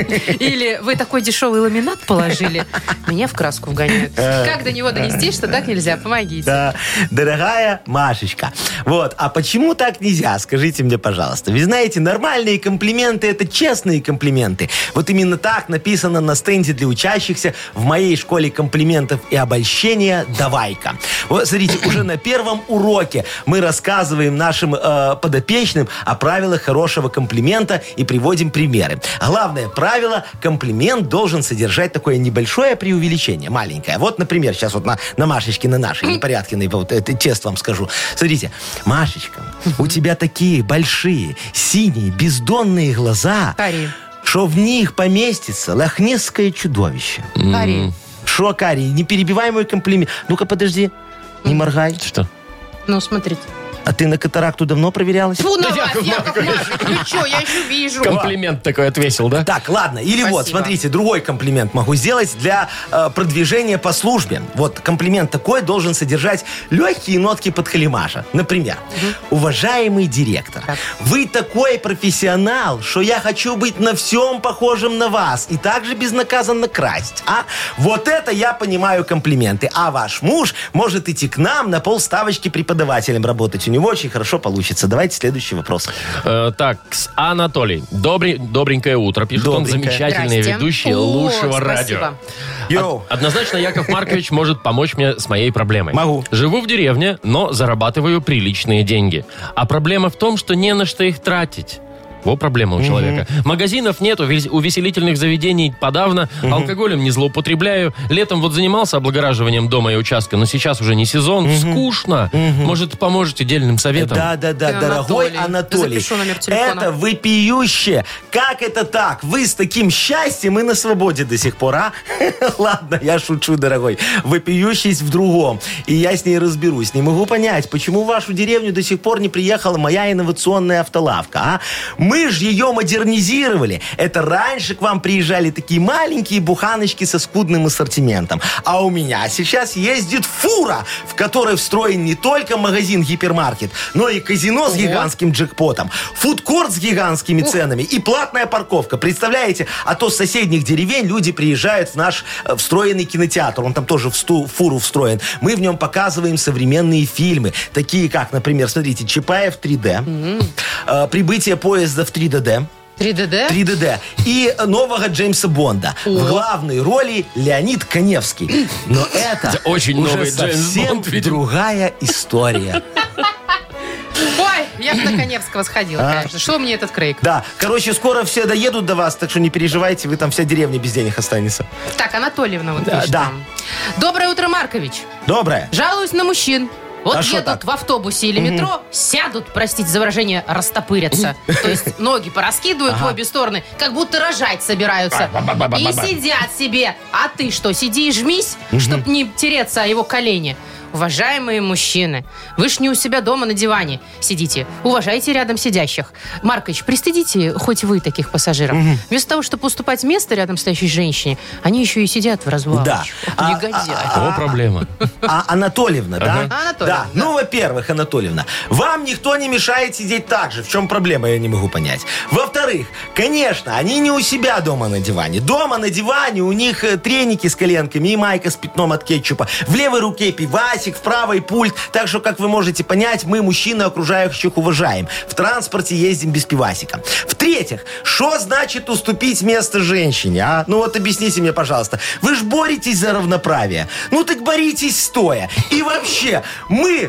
Или «вы такой дешевый ламинат положили». Меня в краску вгоняют. Как до него донести, что так нельзя? Помогите. Да, дорогая Машечка. Вот, а почему так нельзя? Скажите мне, пожалуйста. Вы знаете, нормальные комплименты – это честные комплименты. Вот именно так написано на стенде для учащихся в моей школе комплиментов и обольщения «Давай-ка». Вот, смотрите, уже на первом уроке мы рассказываем нашим подопечным о правилах хорошего комплимента и приводим примеры. Главное правило – комплимент должен содержать такое небольшое преувеличение, маленькое. Вот, например, сейчас вот на Машечке, на нашей Непорядкиной, вот этот тест вам скажу. Смотрите, Машечка, у тебя такие большие, синие, бездонные глаза, что в них поместится лохнесское чудовище. Кари. Шо, Кари, не перебивай мой комплимент. Ну-ка, подожди, не моргай. Что? Ну, смотрите. А ты на катаракту давно проверялась? Фу на вас, Яков Маркович. Ну что, я еще вижу. Комплимент такой отвесил, да? Так, ладно. Или Спасибо. вот, смотрите, другой комплимент могу сделать для продвижения по службе. Вот комплимент такой должен содержать легкие нотки подхалимажа. Например, уважаемый директор, вы такой профессионал, что я хочу быть на всем похожим на вас и также безнаказанно красть. А вот это я понимаю комплименты. А ваш муж может идти к нам на полставочки преподавателем работать. У него очень хорошо получится. Давайте следующий вопрос. Так, Анатолий. Добренькое утро. Пишет он, замечательный Здрасте. ведущий лучшего радио. Йоу. Однозначно, Яков Маркович может помочь мне с моей проблемой. Могу. Живу в деревне, но зарабатываю приличные деньги. А проблема в том, что не на что их тратить. Во проблема у человека. Магазинов нет, увеселительных заведений подавно, алкоголем не злоупотребляю. Летом вот занимался облагораживанием дома и участка, но сейчас уже не сезон, скучно. Может, поможете дельным советом? Да, дорогой Анатолий. Запишу номер телефона. Это вопиюще. Как это так? Вы с таким счастьем и на свободе до сих пор, а? Ладно, я шучу, дорогой. Вопиющесть в другом. И я с ней разберусь. Не могу понять, почему в вашу деревню до сих пор не приехала моя инновационная автолавка, а? Мы же ее модернизировали. Это раньше к вам приезжали такие маленькие буханочки со скудным ассортиментом. А у меня сейчас ездит фура, в которой встроен не только магазин-гипермаркет, но и казино с гигантским джекпотом, фудкорт с гигантскими ценами и платная парковка. Представляете? А то с соседних деревень люди приезжают в наш встроенный кинотеатр. Он там тоже в фуру встроен. Мы в нем показываем современные фильмы. Такие как, например, смотрите, Чапаев 3D, Прибытие поезда в 3DD. 3DD? 3DD. И нового Джеймса Бонда. В главной роли Леонид Каневский. Но это очень уже новый Джеймс совсем Бонд, видимо. другая история. Ой, я бы на Коневского сходила, конечно. Что мне этот Крейг? Да, короче, скоро все доедут до вас, так что не переживайте, вы там вся деревня без денег останется. Так, Анатольевна вот пишет да. нам. Доброе утро, Маркович. Доброе. Жалуюсь на мужчин. Вот А шо едут так? в автобусе или метро, сядут, простите за выражение, растопырятся. То есть ноги пораскидывают в обе стороны, как будто рожать собираются. И сидят себе. А ты что, сиди и жмись, чтоб не тереться о его колени. Уважаемые мужчины, вы ж не у себя дома на диване сидите. Уважайте рядом сидящих. Маркович, пристыдите хоть вы таких пассажиров. Вместо того, чтобы уступать место рядом стоящей женщине, они еще и сидят в развалочку. Да. Негодяи. О, проблема. Анатольевна, да? Анатольевна, Да. да. Ну, во-первых, Анатольевна, вам никто не мешает сидеть так же. В чем проблема, я не могу понять. Во-вторых, конечно, они не у себя дома на диване. Дома на диване у них треники с коленками и майка с пятном от кетчупа. В левой руке пивасик, в правой пульт. Так что, как вы можете понять, мы, мужчины, окружающих уважаем. В транспорте ездим без пивасика. В-третьих, что значит уступить место женщине, а? Ну вот объясните мне, пожалуйста. Вы ж боретесь за равноправие. Ну так боритесь стоя. И вообще, мы,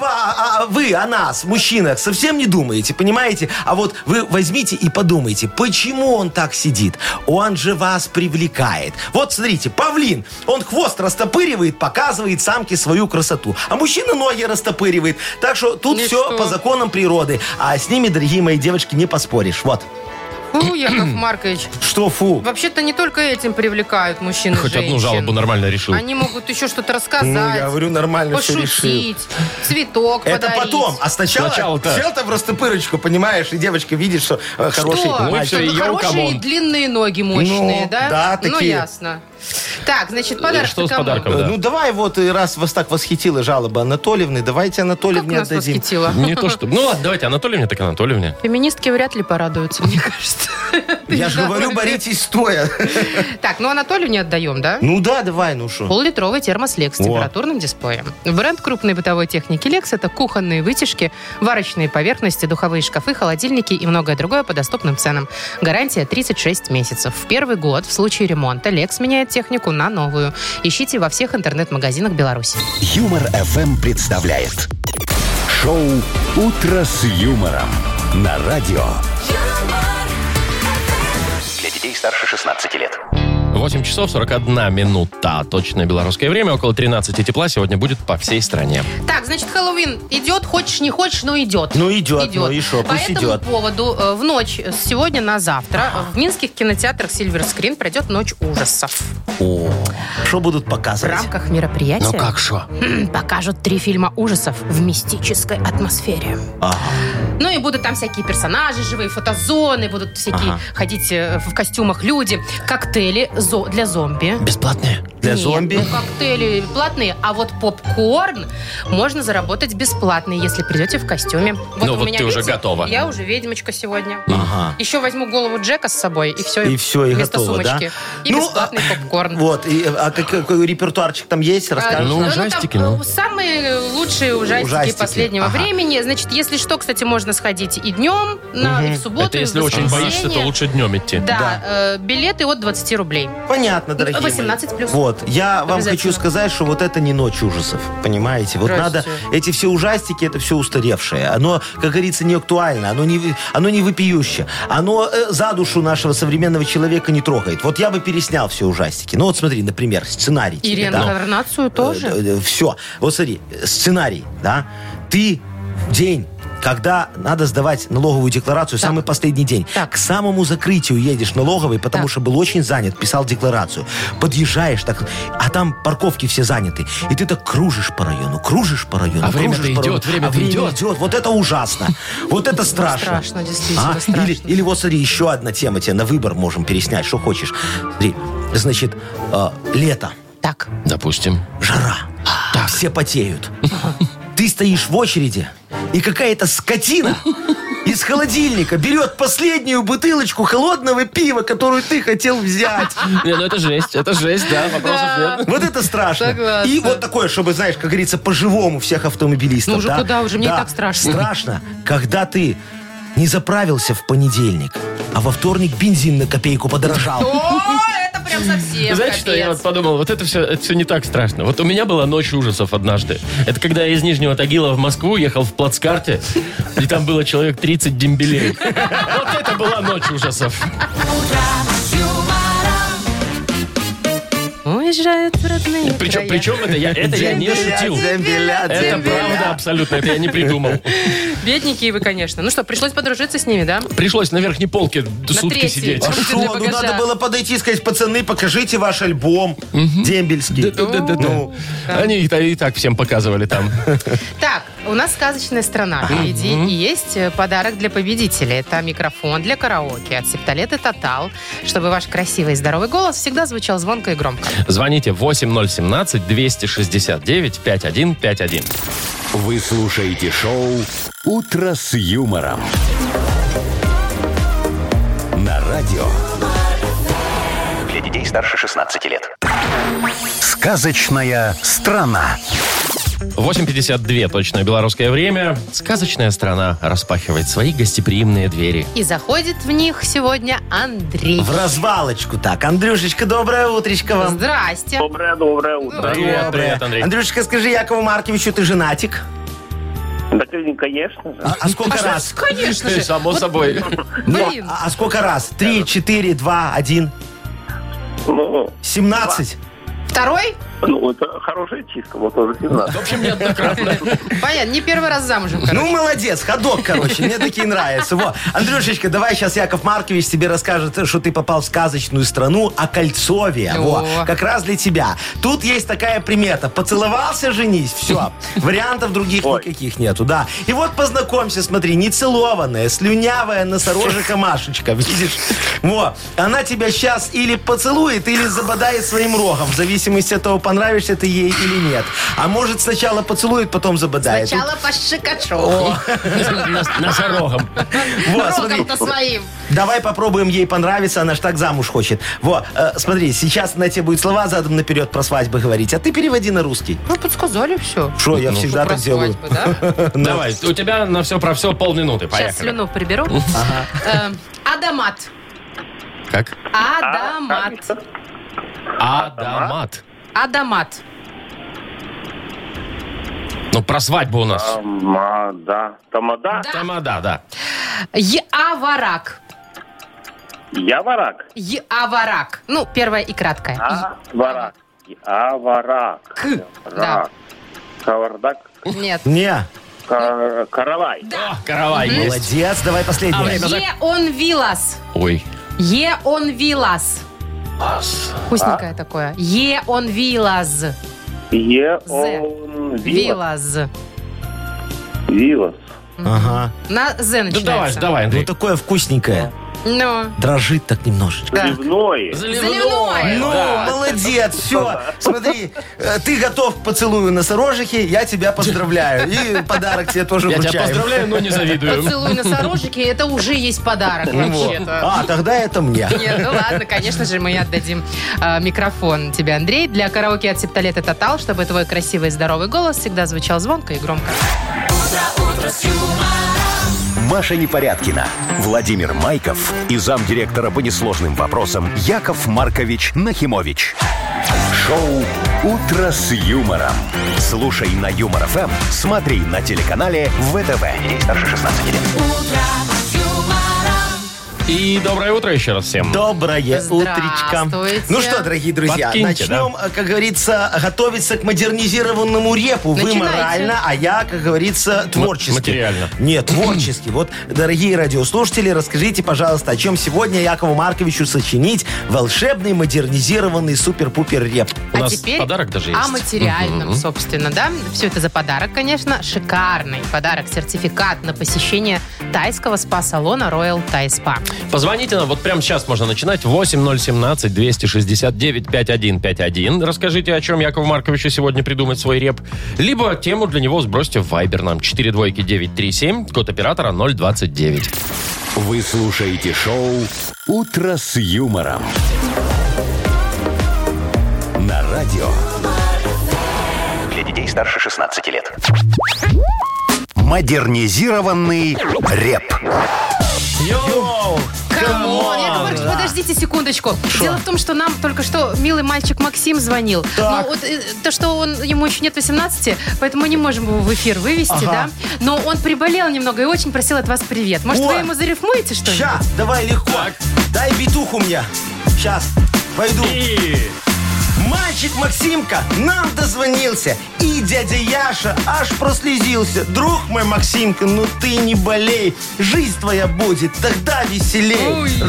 вы о нас, мужчинах, совсем не думаете, понимаете? А вот вы возьмите и подумайте, почему он так сидит? Он же вас привлекает. Вот смотрите, павлин, он хвост растопыривает, показывает самке свою красоту. А мужчина ноги растопыривает. Так что тут Ну все что? по законам природы. А с ними, дорогие мои девочки, не поспоришь. Вот. Фу, Яков Маркович. Что фу? Вообще-то не только этим привлекают мужчин и Хоть женщин. одну жалобу нормально решил. Они могут еще что-то рассказать. Ну, я говорю, нормально все решил. пошутить, цветок Это подарить. потом. А сначала Сначала-то. сел-то в растопырочку, понимаешь, и девочка видит, что хороший Что? Ну и мальчик. всё, и Чтобы йоу, хорошие камон. длинные ноги мощные, Ну, да? да, Ну, такие. ясно. Так, значит, подарок Что с кому? подарком? Да. Ну, давай вот, и раз вас так восхитила жалоба Анатольевны, давайте Как Анатольевне нас отдадим. восхитило? Не то что... Ну ладно, давайте Анатольевне, так Анатольевне. Феминистки вряд ли порадуются, мне кажется. Я же говорю, боритесь стоя. Так, ну Анатолию не отдаем, да? Ну да, давай, ну что. Пол-литровый термос Lex с О. температурным дисплеем. Бренд крупной бытовой техники Lex — это кухонные вытяжки, варочные поверхности, духовые шкафы, холодильники и многое другое по доступным ценам. Гарантия 36 месяцев. В первый год в случае ремонта Lex меняет технику на новую. Ищите во всех интернет-магазинах Беларуси. Юмор FM представляет шоу «Утро с юмором» на радио. Для детей старше 16 лет. 8 часов 41 минута. Точное белорусское время. Около 13 тепла сегодня будет по всей стране. Так, значит, Хэллоуин идет, хочешь не хочешь, но идет. Ну идет, ну и шо, По пусть этому идет. поводу в ночь с сегодня на завтра в минских кинотеатрах Silver Screen пройдет Ночь ужасов. О, что будут В показывать? рамках мероприятия Ну как шо? покажут 3 фильма ужасов в мистической атмосфере. Ага. Ну и будут там всякие персонажи, живые фотозоны, будут всякие ходить в костюмах люди, коктейли для зомби. Бесплатные? Для Нет, зомби? ну, коктейли платные, а вот попкорн можно заработать бесплатно, если придете в костюме. Ну, у вот меня, ты уже видите, готова. Я уже ведьмочка сегодня. Ага. Еще возьму голову Джека с собой, и все. И все, и вместо готово, да? сумочки. И Ну, бесплатный попкорн. Вот, а какой репертуарчик там есть, расскажешь? Ну, там, ужастики, самые лучшие ужастики Ужастики, последнего ага. времени. Значит, если что, кстати, можно сходить и днем, и в субботу, Это и в если очень боишься, то воскресенье. лучше днем идти. Да, билеты от 20 рублей. Понятно, дорогие мои. 18 плюс. Вот, я вам Обязательно. хочу сказать, что вот это не ночь ужасов, понимаете? Вот надо, Здрасте. эти все ужастики, это все устаревшее. Оно, как говорится, не актуально, оно не вопиюще. Оно за душу нашего современного человека не трогает. Вот я бы переснял все ужастики. Ну вот смотри, например, сценарий. И тебе, да? реинкарнацию тоже. Все. Вот смотри, сценарий, да? Ты в день, когда надо сдавать налоговую декларацию, самый последний день. Так. К самому закрытию едешь налоговой, потому Так. что был очень занят, писал декларацию. Подъезжаешь, так, а там парковки все заняты. И ты так кружишь по району, А время-то идет, время-то идет. Вот это ужасно. Вот это страшно. Страшно, действительно, А? страшно. Или вот смотри, еще одна тема тебе на выбор можем переснять, что хочешь. Смотри, значит, лето, Так. Допустим. жара, все потеют. Ты стоишь в очереди, и какая-то скотина из холодильника берет последнюю бутылочку холодного пива, которую ты хотел взять. Не, ну это жесть, да, вопросов нет. Вот это страшно. Согласна. И вот такое, чтобы, знаешь, как говорится, по-живому всех автомобилистов. Ну уже да? куда, уже мне и Да. так страшно. Страшно, когда ты не заправился в понедельник, а во вторник бензин на копейку подорожал. О, это прям совсем Знаете, что я вот капец. подумал? Вот это все не так страшно. Вот у меня была ночь ужасов однажды. Это когда я из Нижнего Тагила в Москву ехал в плацкарте, и там было человек 30 дембелей. Вот это была ночь ужасов. Ой, уезжают в родные края. Причем это я не шутил. Это правда абсолютно, это я не придумал. Бедненькие вы, конечно. Ну что, пришлось подружиться с ними, да? Пришлось на верхней полке сутки третьей. сидеть. А Для что? Ну багажа. надо было подойти и сказать: пацаны, покажите ваш альбом дембельский. Да. Они и так всем показывали там. Так, у нас сказочная страна впереди. И есть подарок для победителей. Это микрофон для караоке от Септолет и Тотал, чтобы ваш красивый и здоровый голос всегда звучал звонко и громко. Звоните 8017-269-5151. Вы слушаете шоу «Утро с юмором». На радио. Для детей старше 16 лет. Сказочная страна. 8:52 точное белорусское время. Сказочная страна распахивает свои гостеприимные двери. И заходит в них сегодня Андрей. В развалочку так. Андрюшечка, доброе утречко вам. Здрасте. Доброе утро. Привет, Андрей. Андрюшечка, скажи Якову Марковичу, ты женатик? Да, конечно же. А сколько раз? Конечно же. Само собой. Блин. А сколько раз? 3, 4, 2, 1, Ну, 17. Второй? это хорошая чистка, вот тоже 17. В общем, неоднократно. Понятно, не первый раз замужем, короче. Ну, молодец, ходок, короче, мне такие нравятся. Во. Андрюшечка, давай сейчас Яков Маркович тебе расскажет, что ты попал в сказочную страну Окольцовье. Во. Как раз для тебя. Тут есть такая примета. Поцеловался, женись, все. Вариантов других никаких нету, да. И вот познакомься, смотри, нецелованная, слюнявая носорожика Машечка, видишь? Во. Она тебя сейчас или поцелует, или забодает своим рогом, в зависимости от того, понравишься ты ей или нет. А может, сначала поцелует, потом забодает. Сначала по щекочу. Носорогом. Вот, смотри. Рогом-то своим. Давай попробуем ей понравиться, она ж так замуж хочет. Вот, смотри, сейчас на тебе будет слова задом наперед про свадьбу говорить, а ты переводи на русский. Ну, подсказали все. Что, я всегда Про так делаю. свадьбу, да? Давай, у тебя на все про все полминуты. Сейчас Поехали. слюну приберу. Адамат. Как? Адамат. Адамат. Адамат. Ну, про свадьбу у нас. Тамада. Тамада, да. Яварак. Яварак. Яварак. Ну, первая и краткая. Аварак. Да. Кавардак. Нет. Не, Каравай. О, каравай есть. молодец, давай последний. Еонвилас. Ой. Еонвилас. Вкусненькое такое. Еонвилас. Вилас. Вилас. Ага. На З Ну, давай, начинается. давай, Ну, Андрей. такое вкусненькое. Ну. Дрожит так немножечко. Да. Заливной. Заливной. Ну, молодец, все. Смотри, ты готов к поцелую носорожихи, я тебя поздравляю. И подарок тебе тоже Я тебя вручаем. поздравляю, но не завидую. Поцелуй носорожики, это уже есть подарок вообще-то. А, тогда это мне. Нет, ну ладно, конечно же, мы отдадим микрофон тебе, Андрей, для караоке от Септолет и Тотал, чтобы твой красивый и здоровый голос всегда звучал звонко и громко. Маша Непорядкина, Владимир Майков и замдиректора по несложным вопросам Яков Маркович Нахимович. Шоу «Утро с юмором». Слушай на Юмор ФМ, смотри на телеканале ВТВ. Ей старше 16 лет. И доброе утро еще раз всем. Доброе утречко. Здравствуйте. Ну что, дорогие друзья, Подкиньте, начнем, как говорится, готовиться к модернизированному репу. Вы Начинайте. морально, а я, как говорится, творчески. материально. Нет, творчески. Вот, дорогие радиослушатели, расскажите, пожалуйста, о чем сегодня Якову Марковичу сочинить волшебный модернизированный супер-пупер реп. У нас теперь подарок даже есть. о материальном, собственно, да. Все это за подарок, конечно. Шикарный подарок. Сертификат на посещение тайского спа-салона Royal Thai Spa. Позвоните нам, вот прямо сейчас можно начинать. 8017-269-5151. Расскажите, о чем Якову Марковичу сегодня придумать свой реп. Либо тему для него сбросьте в Viber нам. 42937, код оператора 029. Вы слушаете шоу «Утро с юмором». На радио. Для детей старше 16 лет. Модернизированный реп. Йоу! Камон, Яков Маркович, подождите секундочку. Дело в том, что нам только что милый мальчик Максим звонил. Так. Но вот то, что ему еще нет 18, поэтому мы не можем его в эфир вывести, да? Но он приболел немного и очень просил от вас привет. Может, Ой. вы ему зарифмуете что-нибудь? Ща, давай легко. Дай битуху мне. Сейчас, пойду. И... Мальчик Максимка нам дозвонился, и дядя Яша аж прослезился. Друг мой Максимка, ну ты не болей, жизнь твоя будет тогда веселей.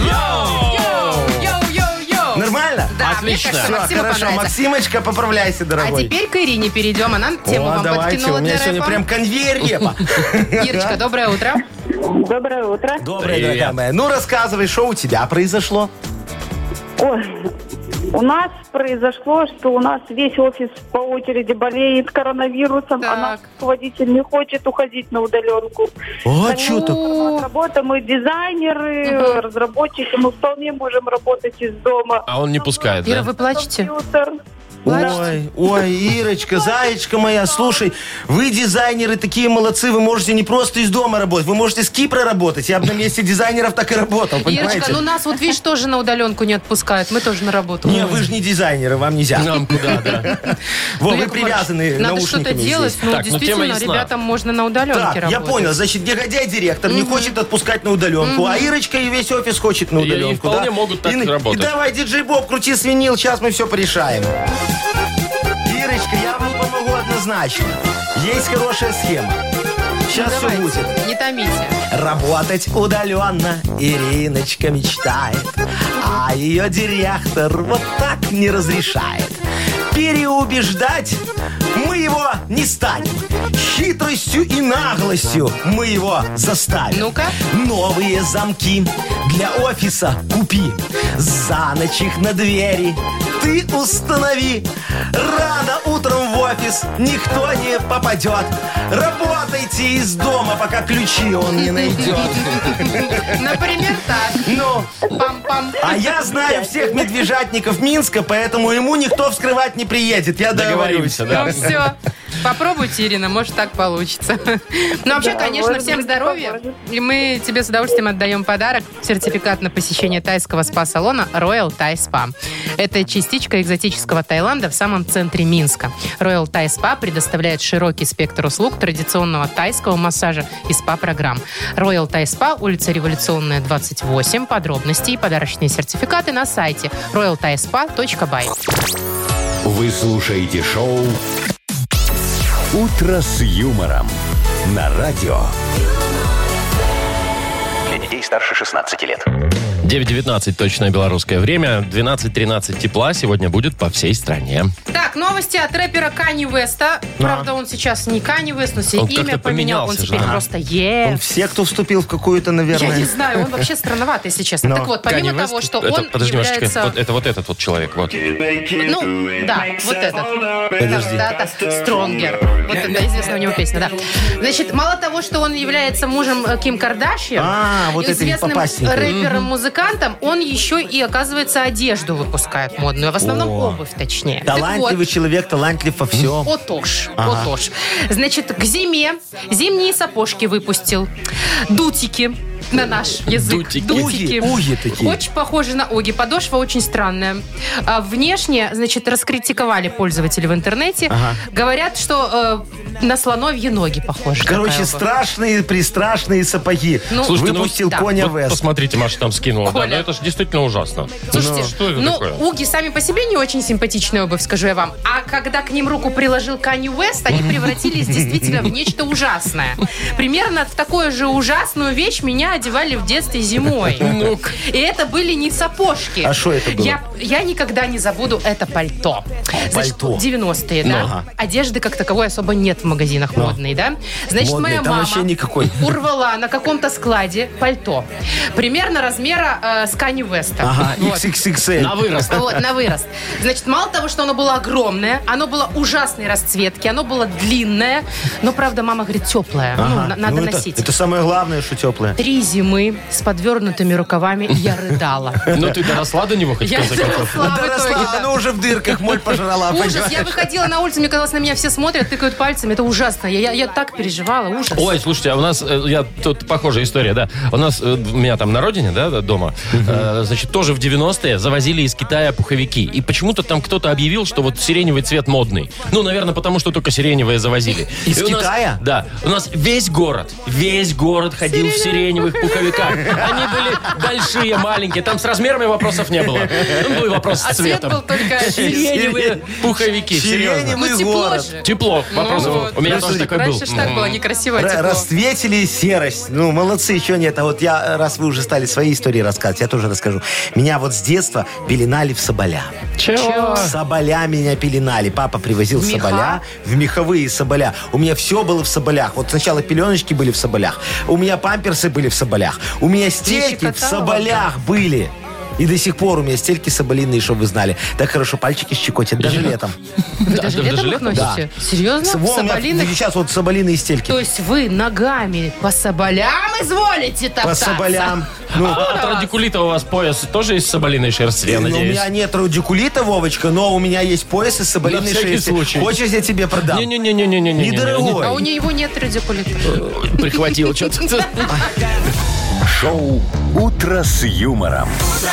Йоу-йоу-йоу. Нормально? Да, Отлично. мне кажется, Все, Максиму хорошо, понравится. Максимочка, поправляйся, А дорогой. теперь к Ирине перейдем. Она тему вам давайте, подкинула у меня для сегодня рэпа. прям конвейер репа. Ирочка, доброе утро. Доброе утро. Доброе, Привет. дорогая моя. Ну, рассказывай, что у тебя произошло? Ой, у нас произошло, что у нас весь офис по очереди болеет коронавирусом, Так. а наш руководитель не хочет уходить на удаленку. А, что так? От работы мы дизайнеры, разработчики, мы вполне можем работать из дома. А он не пускает, Ира, да? вы плачете? Компьютер. Ой, ой, Ирочка, заячка моя, слушай, вы дизайнеры такие молодцы, вы можете не просто из дома работать, вы можете с Кипра работать. Я бы на месте дизайнеров так и работал, понимаете? Ирочка, ну нас вот, видишь, тоже на удаленку не отпускают. Мы тоже на работу. Не, вы же не дизайнеры, вам нельзя. Нам куда, да. Во, Ну, вы Яков привязаны Маркович, надо что-то наушниками делать. здесь. Ну, Так, ну, тема действительно, ясна. ребятам можно на удаленке Так, работать. я понял, значит, негодяй-директор не хочет отпускать на удаленку, а Ирочка и весь офис хочет на И удаленку. вполне да? могут так работать. И давай, диджей Боб, крути свинил, сейчас мы все порешаем. Ирочка, я вам помогу однозначно. Есть хорошая схема. Сейчас все Давайте, будет. не томите. Работать удаленно Ириночка мечтает, а ее директор вот так не разрешает. Переубеждать мы его не станем. Хитростью и наглостью мы его заставим. Ну-ка. Новые замки для офиса купи. За ночь их на двери ты установи. Рано утром в офис никто не попадет. Работайте из дома, пока ключи он не найдет. Например, так. Ну, Пам-пам. а я знаю всех медвежатников Минска, поэтому ему никто вскрывать не приедет. Я договорюсь. Договоримся, да. Ну все. Попробуйте, Ирина, может, так получится. Ну, вообще, Да, конечно, может всем быть, здоровья. поможет. И мы тебе с удовольствием отдаем подарок. Сертификат на посещение тайского спа-салона Royal Thai Spa. Это частичка экзотического Таиланда в самом центре Минска. Royal Thai Spa предоставляет широкий спектр услуг традиционного тайского массажа и спа-программ. Royal Thai Spa, улица Революционная, 28. Подробности и подарочные сертификаты на сайте royalthaispa.by. Вы слушаете шоу «Утро с юмором» на радио. Для детей старше 16 лет. 9:19 точное белорусское время. 12-13 тепла сегодня будет по всей стране. Так, новости от рэпера Канни Уэста. Правда, он сейчас не Канни Уэст, но себе Он имя как-то поменял. Он поменялся же, теперь ага. просто Он все, кто вступил в какую-то, Я не наверное... знаю, он вообще странноватый, если честно. Но. Так вот, помимо Канье того, Уэст, что это, он подожди, является... Машечка, вот этот вот человек, вот. Ну, да, вот этот. Подожди. Да, Стронгер. Вот это известная у него песня, да. Значит, мало того, что он является мужем Ким Кардашьян, вот и этой известным попастенькой. рэпером-музыкантом, он еще и, оказывается, одежду выпускает модную. В основном О. обувь, точнее. Так Талантливый вот, человек, талантлив во всем. Отож. Значит, к зиме зимние сапожки выпустил. Дутики. На наш язык. Дутики. Уги такие. Очень похожи на уги. Подошва очень странная. Внешне, значит, раскритиковали пользователи в интернете. Говорят, что на слоновьи ноги похожи. Короче, такая обувь. страшные, пристрашные сапоги. Ну, Слушайте, ну, Выпустил да. Коня Вот Вест. посмотрите, Маша там скинула. Да, Коля. ну это же действительно ужасно. Слушайте, Что это ну, такое? уги сами по себе не очень симпатичная обувь, скажу я вам. А когда к ним руку приложил Канье Уэст, они превратились действительно в нечто ужасное. Примерно в такую же ужасную вещь меня одевали в детстве зимой. И это были не сапожки. А что это было? Я никогда не забуду это пальто. Значит, Пальто. 90-е, да? Ага. Одежды как таковой особо нет в магазинах модной, да? Значит, Модной моя там мама вообще никакой. урвала на каком-то складе пальто. Примерно размера с Канье Уэста. Ага, Вот. XXXL. На вырост. Вот, на вырост. Значит, мало того, что оно было огромное, оно было ужасной расцветки, оно было длинное, но, правда, мама говорит, теплое. Ну, Ага. надо Ну, это- носить. Это самое главное, что теплое. 3 зимы с подвернутыми рукавами я рыдала. Ну ты доросла до него хоть в Я конце концов? доросла в Доросла, итоге, да. она уже в дырках моль пожрала. Ужас, я понимаешь? выходила на улицу, мне казалось, на меня все смотрят, тыкают пальцами, это ужасно. Я так переживала, ужас. Ой, слушайте, а у нас, тут похожая история, да. У нас, у меня там на родине, да, дома, значит, тоже в 90-е завозили из Китая пуховики. И почему-то там кто-то объявил, что вот сиреневый цвет модный. Ну, наверное, потому что только сиреневые завозили. Из И у нас- Китая? Да. У нас весь город ходил в сиреневых. сиреневых пуховиках. Они были большие, маленькие. Там с размерами вопросов не было. Там был вопрос А с цвет цветом. был только один. Сиреневые пуховики, серьезно. Сиреневый Ну, тепло город. же. Тепло, вопросов. вот. У меня тоже такой был. Раньше ж так было некрасиво, тепло. Расцветили серость. Ну, молодцы, еще нет. А вот я, раз вы уже стали свои истории рассказывать, я тоже расскажу. Меня вот с детства пеленали в соболя. Чего? Соболя меня пеленали. Папа привозил В меха? соболя, в меховые соболя. У меня все было в соболях. Вот сначала пеленочки были в соболях. У меня памперсы были в соболях. У меня стельки в щекотало, соболях были. И до сих пор у меня стельки соболиные, чтобы вы знали. Так хорошо пальчики щекотят, даже летом. Вы Да, даже даже летом их летом? носите? Серьезно? Во, у меня Соболиных? сейчас вот соболиные стельки. То есть вы ногами по соболям изволите По топтаться? соболям. Ну, А от радикулита у вас пояс тоже из соболиной шерсти, я ну, у надеюсь? меня нет радикулита, Вовочка, но у меня есть пояс из соболиной На всякий шерсти. случай. Хочешь, я тебе продам? Не-не-не-не-не-не. Недорогой. А у него нет радикулита. Прихватил что-то. Шоу «Утро с юмором».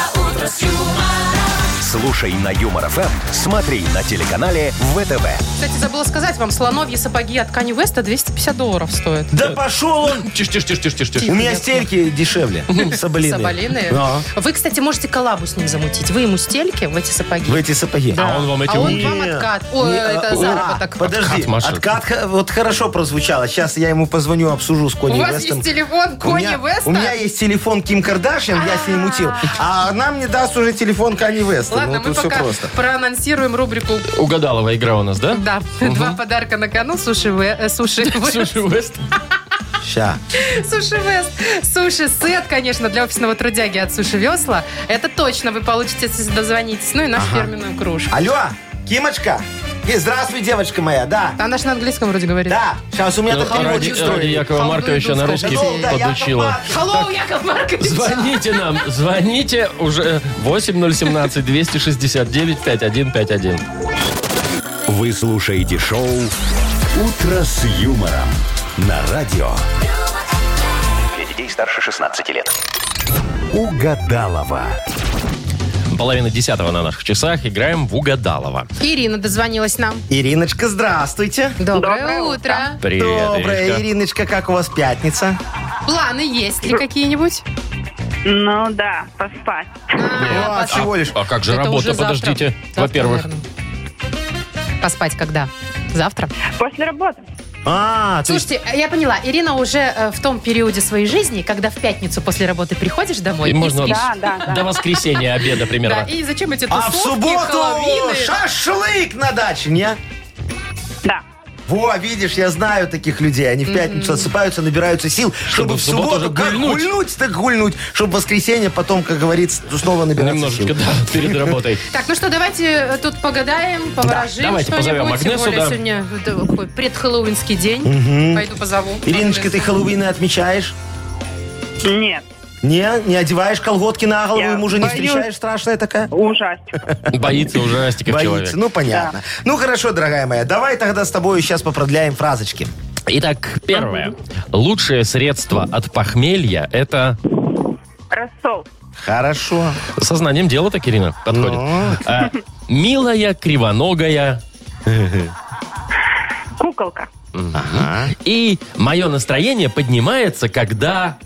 Слушай на Юмор ФМ, смотри на телеканале ВТВ. Кстати, забыла сказать вам, слоновьи сапоги от Kanye West $250 стоят. Да пошел он! Тише. У меня стельки дешевле. Соболиные. Соболиные? Да. Вы, кстати, можете коллабу с ним замутить. Вы ему стельки в эти сапоги. В эти сапоги. А он вам эти А он руки? вам откат. Ой, это заработок. Подожди, Откат машет. откат вот хорошо прозвучало. Сейчас я ему позвоню, обсужу с У Коней вас Вестом. есть телефон Кони Веста? У меня есть телефон Ким Кардашьян, я с ней мутил. А она мне даст уже телефон Кани Веста. Ладно, Ну, мы тут все пока просто. проанонсируем рубрику. Угадалова игра у нас, да? Да, 2 подарка на кону. Суши Вест. Суши Вест. Ща. Суши Вест. Суши-сет, конечно, для офисного трудяги от Суши Весла. Это точно вы получите, если дозвонитесь. Ну и нашу фирменную кружку. Алло, Кимочка. Здравствуй, девочка моя, да. Она же на английском вроде говорит. Да, сейчас у меня тут Ради переводчик строит. Якова How do you Марковича do, на сколько? русский Hello, да, Яков подучила. Маркович. Hello, Яков Маркович. Звоните нам, звоните уже 8017-269-5151. Вы слушаете шоу «Утро с юмором» на радио. Для детей старше 16 лет. Угадалова. 9:30 на наших часах. Играем в Угадалова. Ирина дозвонилась нам. Ириночка, здравствуйте. Доброе утро. Привет, Доброе, Иришка. Ириночка, как у вас пятница? Планы есть ли какие-нибудь? Ну да, поспать. А, всего лишь. А как же Это работа? уже завтра. Подождите. Завтра, Во-первых, наверное. Поспать когда? Завтра? После работы. А, то есть Слушайте, я поняла, Ирина уже в том периоде своей жизни, когда в пятницу после работы приходишь домой и и можно спишь. Да. до воскресенья обеда Да, примерно. и зачем эти а в тусовки, субботу Хэллоуины? шашлык на даче, не? Да. Во, видишь, я знаю таких людей. Они в пятницу отсыпаются, набираются сил, чтобы в субботу уже как гульнуть. гульнуть, так гульнуть. Чтобы в воскресенье потом, как говорится, снова набираться Немножечко, сил. да, перед работой. Так, ну что, давайте тут погадаем, поворожим давайте позовем что-нибудь. Тем Агнесу, более да. сегодня такой предхэллоуинский день. Пойду позову. Ириночка, ты Агнесу. Хэллоуины отмечаешь? Нет. Не одеваешь колготки на голову, Я и мужа не боюсь. встречаешь? Страшная такая? Ужастик. Боится ужастиков человек. Боится, ну понятно. Ну хорошо, дорогая моя, давай тогда с тобой сейчас попродляем фразочки. Итак, первое. Лучшее средство от похмелья – это... Рассол. Хорошо. Сознанием дела так, Ирина, подходит. Ну. Милая, кривоногая. Куколка. И мое настроение поднимается, когда...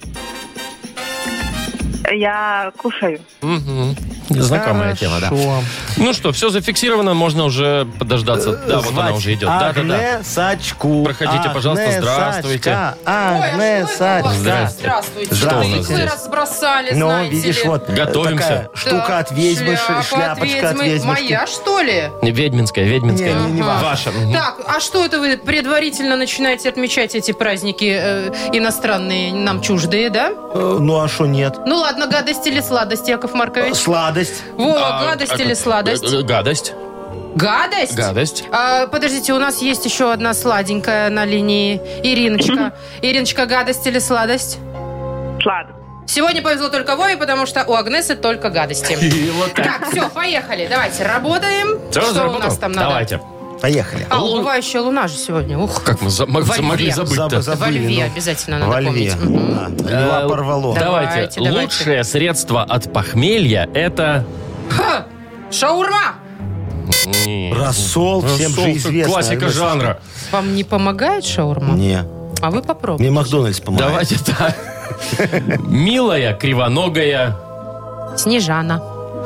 Я кушаю. Знакомая тема, да. Хорошо. Ну что, все зафиксировано, можно уже подождаться. Да, вот она уже идет. Да-да-да. Агнесочку. Проходите, пожалуйста, здравствуйте. Ой, а что это у вас? Агнесочка. Здравствуйте. Что у нас Вы здесь? разбросали, Ну, знаете видишь, ли. вот Готовимся. такая штука Да, от ведьмы, шляпа шляпочка от ведьмы. ведьмы. Моя, что ли? Ведьминская. Не Ваша. Мгм. Так, а что это вы предварительно начинаете отмечать эти праздники иностранные, нам чуждые, да? Ну, а что нет? Ну ладно, гадость или сладость, Яков Маркович? Сладость. Во, А, гадость или сладость? Гадость. Гадость? Гадость. Подождите, у нас есть еще одна сладенькая на линии. Ириночка. Ириночка, гадость или сладость? Сладость. Сегодня повезло только Вове, потому что у Агнесы только гадости. И вот так. Так, все, поехали. Давайте, работаем. Всё, Что у заработал? нас там надо? Давайте. Поехали. А, убывающая луна же сегодня. Ух. Как мы Во могли льве. забыть-то? Во льве обязательно надо Во льве. помнить. Мгм. Да. Льва порвало. Давайте, давайте. Лучшее средство от похмелья – это... Ха! Шаурма! Рассол, всем же известно. Классика жанра. Вам не помогает шаурма? Не. А вы попробуйте. Мне Макдональдс помогает. Давайте так. Милая, кривоногая. Снежана.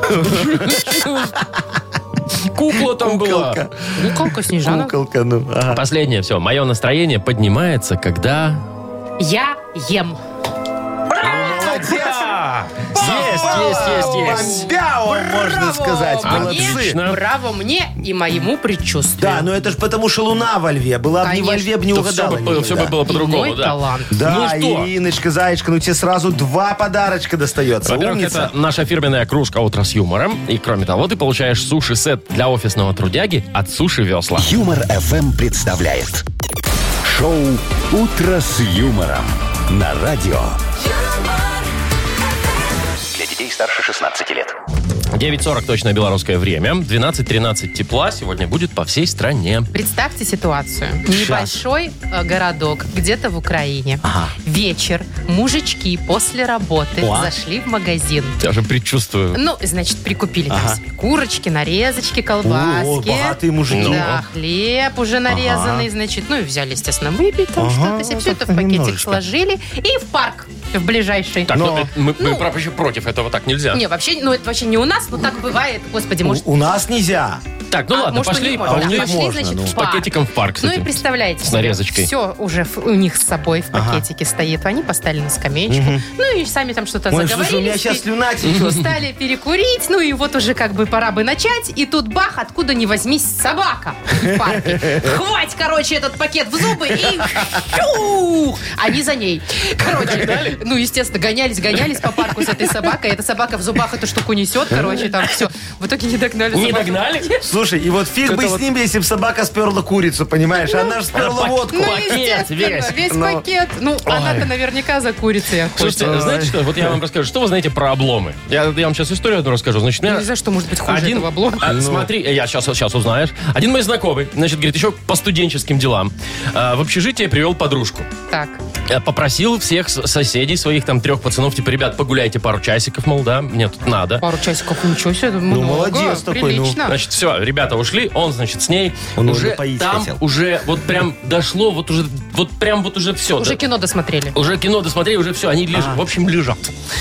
Кукла там была. Куколка Снежана. Куколка, ну. Ага. Последнее все. Мое настроение поднимается, когда... Я ем. Есть. Бомбяо, можно сказать. Браво Молодцы. мне, браво мне и моему предчувствию. Да, но это же потому, что луна во льве. Была бы не во льве, бы не То угадала. все бы никогда. было по-другому, Мой да. талант. Да, Ну что? Ириночка, Зайчка, ну тебе сразу 2 подарочка достается. Во-первых, Умница. это наша фирменная кружка «Утро с юмором». И, кроме того, ты получаешь суши-сет для офисного трудяги от Суши Весла. Юмор FM представляет шоу Утро с юмором на радио. Для детей старше 16 лет. 9:40 точное белорусское время. 12-13 тепла сегодня будет по всей стране. Представьте ситуацию. Небольшой городок где-то в Украине. Вечер. Мужички после работы зашли в магазин. Я же предчувствую. Ну, значит, прикупили там себе курочки, нарезочки, колбаски. О, богатые мужики. Да, хлеб уже нарезанный, значит. Ну, и взяли, естественно, выпить там что-то. Все это в пакетик немножечко. сложили. И в парк. В ближайший. Так, мы вообще против этого так нельзя. Не, вообще, ну это вообще не у нас, но так бывает. Господи, может... У нас нельзя. Так, ну ладно, может, пошли. у них можно. у них Пошли, можно, значит, ну. в с парк. пакетиком в парк, Ну кстати. и представляете С нарезочкой. Все уже у них с собой в пакетике стоит. Они поставили на скамеечку. Ну и сами там что-то Ой, заговорили. слушай, у меня сейчас слюна течет. Стали перекурить. Ну и вот уже как бы пора бы начать. И тут бах, откуда ни возьмись, собака в парке. Хвать, короче, этот пакет в зубы и щух! Они за ней. Короче, ну, естественно, гонялись по парку с этой собакой. Эта собака в зубах эту штуку несет, короче, там все. В итоге не догнали Не собаку. догнали? Слушай, и вот фиг бы Это с ним, если бы собака сперла курицу, понимаешь? Она же сперла водку. Ну, Пакет естественно, весь Ну. пакет. Ну, она-то наверняка за курицей охотится. Слушайте, знаете что? Вот я вам расскажу. Что вы знаете про обломы? Я вам сейчас историю одну расскажу. Значит, у меня Не знаю, что может быть хуже этого облома. Смотри, я сейчас узнаешь. Один мой знакомый, значит, говорит, еще по студенческим делам. В общежитие привел подружку. Так. Попросил всех соседей своих, там, 3 пацанов, типа, ребят, погуляйте пару часиков, мол, да, мне тут надо. Пару часиков, ничего себе, много, молодец такой, ну. прилично. Значит, все, ребята ушли, он, значит, с ней. Он уже его напоить там хотел. уже вот прям дошло, вот уже все. Уже кино досмотрели. Уже кино досмотрели, уже все, они лежат, в общем, лежат.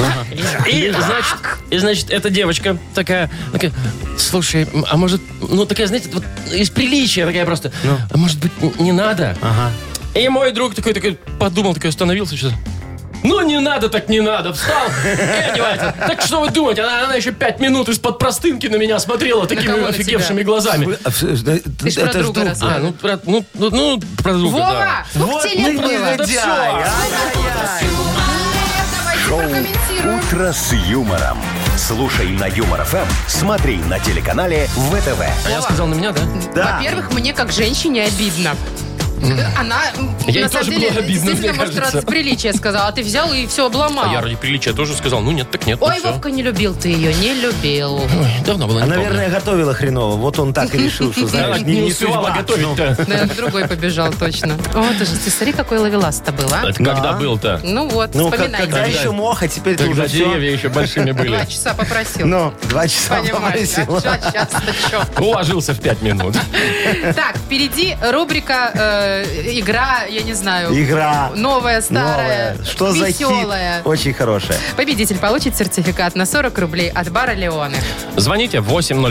И, значит, эта девочка такая, слушай, а может, ну, такая, знаете, вот из приличия такая просто, а может быть, не надо? Ага. И мой друг такой подумал, такой остановился, что-то. Ну, не надо, так не надо. Встал и одевается. Так что вы думаете? Она еще 5 минут из-под простынки на меня смотрела такими кого на офигевшими тебя? глазами. Ты ж про Это ж друга друг. рассказывал. Про друга, Вова, да. сколько Вот тебе лет было? негодяй, ай-яй-яй. Давайте Шоу прокомментируем. Утро с юмором. Слушай на Юмор ФМ, смотри на телеканале ВТВ. А я сказал на меня, да? Да. Во-первых, мне как женщине обидно. Она, Ей на тоже самом деле, было обидно, действительно, мне может, кажется. ради приличия сказала. А ты взял и все обломал. А я ради приличия тоже сказал, ну нет, так нет. ну Ой, всё. Вовка, не любил ты ее, не любил. Ой, давно было, А, не помню. наверное, готовила хреново. Вот он так и решил, что, Она знаешь, не не успевала судьба. готовить-то. Наверное, другой побежал точно. О, ты же, ты смотри, какой ловелас-то был, а? Это когда был-то? Ну вот, Ну, вспоминайте. когда еще мох, а теперь ты Когда уже все. деревья еще большими были. 2 часа попросил. Ну, 2 часа Понимаешь, попросил. а сейчас-то что? Уложился в 5 минут. Так, впереди рубрика игра, я не знаю. Игра. Новая, старая, Новая. Что за веселая. хит? Очень хорошая. Победитель получит сертификат на 40 рублей от бара Леоны. Звоните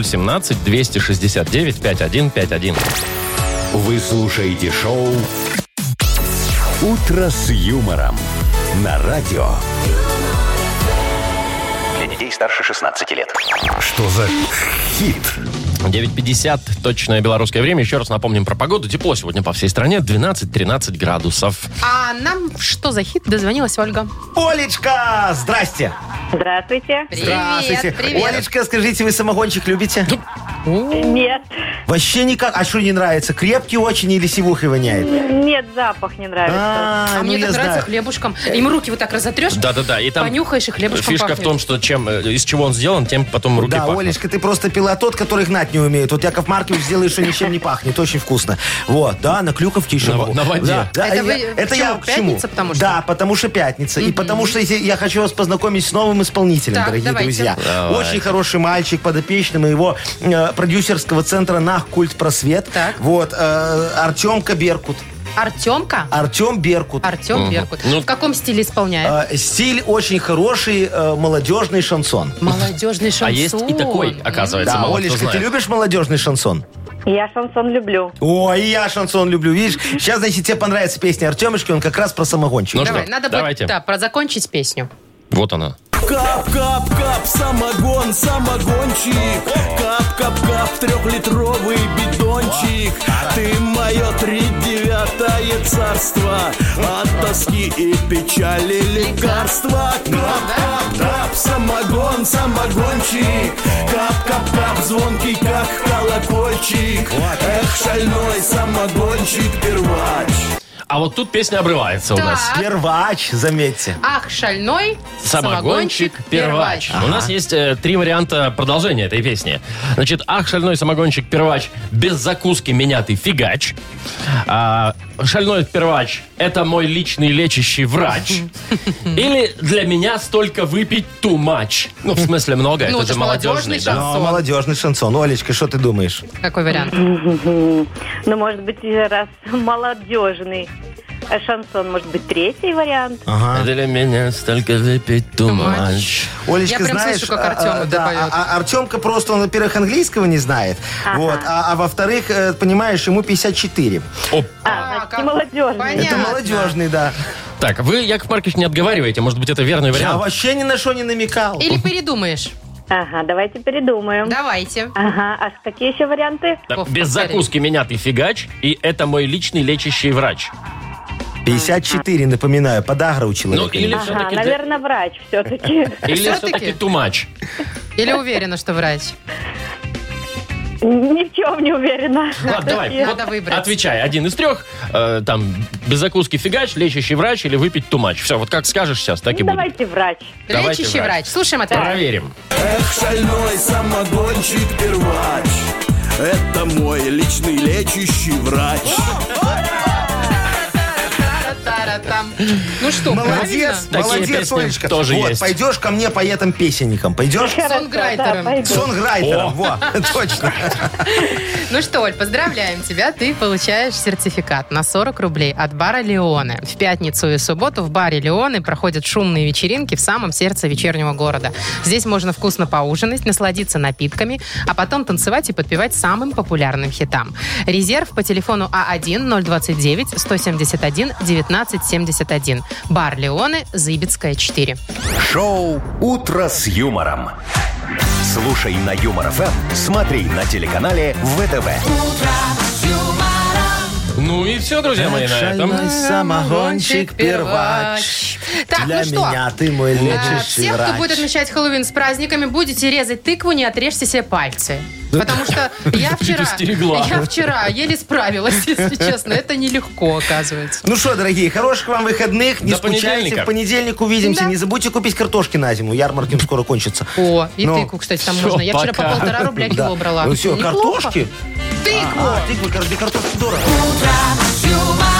8017-269-5151. Вы слушаете шоу Утро с юмором на радио. Для детей старше 16 лет. Что за хит? 9:50, точное белорусское время. Еще раз напомним про погоду. Тепло сегодня по всей стране, 12-13 градусов. А нам что за хит? Дозвонилась Ольга. Олечка, здрасте. Здравствуйте. Здравствуйте. Привет. Олечка, скажите, вы самогончик любите? Нет. Вообще никак. А что не нравится? Крепкий очень или сивухой воняет? Нет, запах не нравится. А ну мне я так нравится знаю. хлебушком. Им руки вот так разотрешь, Да-да-да. И там понюхаешь, и хлебушком фишка пахнет. в том, что из чего он сделан, тем потом руки Да, пахнут. Олечка, ты просто пила тот, который гнать не умеет. Вот Яков Маркович сделает, что ничем не пахнет. Очень вкусно. Вот, да, на клюковке еще. На- могу. на воде. Да, да, Это вы это почему? я к чему? Пятница, потому что? Да, потому что пятница. И потому что я хочу вас познакомить с новым исполнителем, Так, дорогие давайте. друзья. Давайте. Очень хороший мальчик, подопечный моего продюсерского центра «Нах Культ Просвет». Так. Вот, Артемка Беркут. Артемка? Артем Беркут. Артем Беркут. Ну, В каком стиле исполняет? Стиль очень хороший, молодежный шансон. Молодежный шансон. А есть и такой, оказывается. Да, мало кто Олечка, ты знает. любишь молодежный шансон? Я шансон люблю. Ой, и я шансон люблю, видишь? Сейчас, значит, тебе понравится песня Артемочки, он как раз про самогончик. Ну Давай, что, надо давайте. будет закончить песню. Вот она. Кап-кап-кап, самогон, самогончик. Кап-кап-кап, 3-литровый бидончик. Ты мое 39-е царство, от тоски и печали лекарства. Кап-кап-кап, самогон, самогончик. Кап-кап-кап, звонкий как колокольчик. Эх, шальной самогончик, первач. А вот тут песня обрывается у нас. Так. Первач, заметьте. Ах, шальной Самогончик, первач. У нас есть 3 варианта продолжения этой песни. Значит, ах, шальной самогончик, первач, без закуски меня ты фигач. Шальной первач, это мой личный лечащий врач. Или для меня столько выпить too much. Ну, в смысле много, Ну, это это же ж молодежный. молодежный да. шансон. Молодежный шансон. Олечка, что ты думаешь? Какой вариант? Ну, может быть, раз молодежный шансон, может быть, третий вариант. Ага. Для меня столько выпить too much. Олечка, Я прям знаешь, слышу, как Артем это да, поет. Артемка просто, он, во-первых, английского не знает, вот, а во-вторых, понимаешь, ему 54. как молодежный. понятно. Это молодежный, да. Так, вы, Яков Маркович, не отговариваете. Может быть, это верный Я вариант? вообще ни на что не намекал. Или передумаешь? Ага, давайте передумаем. Давайте. Ага, а какие еще варианты? Да, Вов, без повтори. закуски меня ты фигач, и это мой личный лечащий врач. 54, напоминаю, подагра у Ну, человека. или Ага, все-таки... наверное, врач все-таки. Или Всё-таки? все-таки too much. Или уверена, что врач? Ни в чем не уверена. Ладно, давай, Надо выбрать. отвечай. Один из 3. Там, без закуски фигач, лечащий врач или выпить too much. Все, вот как скажешь сейчас, так и будет. Давайте врач. Давайте Лечащий врач. врач. Слушаем ответ. Проверим. Эх, шальной самогончик, первач. Это мой личный лечащий врач. Та-ра-там. Ну что, Молодец, Такие молодец, песни Олечка. тоже вот, есть. пойдешь ко мне поэтом-песенником, пойдешь? Сонграйтером. Да, пойду. Сонграйтером, во, точно. Ну что, Оль, поздравляем тебя. Ты получаешь сертификат на 40 рублей от бара «Леоне». В пятницу и субботу в баре «Леоне» проходят шумные вечеринки в самом сердце вечернего города. Здесь можно вкусно поужинать, насладиться напитками, а потом танцевать и подпевать самым популярным хитам. Резерв по телефону А1-029-171-1971. Бар «Леоне», Зыбицкая, 4. Шоу «Утро с юмором». Слушай на Юмор ФМ, смотри на телеканале ВТВ. Ну и все, друзья мои, на этом. Шальной самогончик, первач. Так, Для ну что? меня ты мой лечащий Всех, кто врач. будет отмечать Хэллоуин с праздниками, будете резать тыкву, не отрежьте себе пальцы. Потому что я вчера еле справилась, если честно. Это нелегко, оказывается. Ну что, дорогие, хороших вам выходных. Не До скучайте. понедельника. В понедельник увидимся. Да. Не забудьте купить картошки на зиму. Ярмарки скоро кончатся. О, и Ну, тыкву, кстати, там всё, можно. Я вчера по пока. 1,5 рубля кило брала. Ну все, Неплохо. картошки. Тыкву. Тыквы, картошки дорого. Утро с юмором.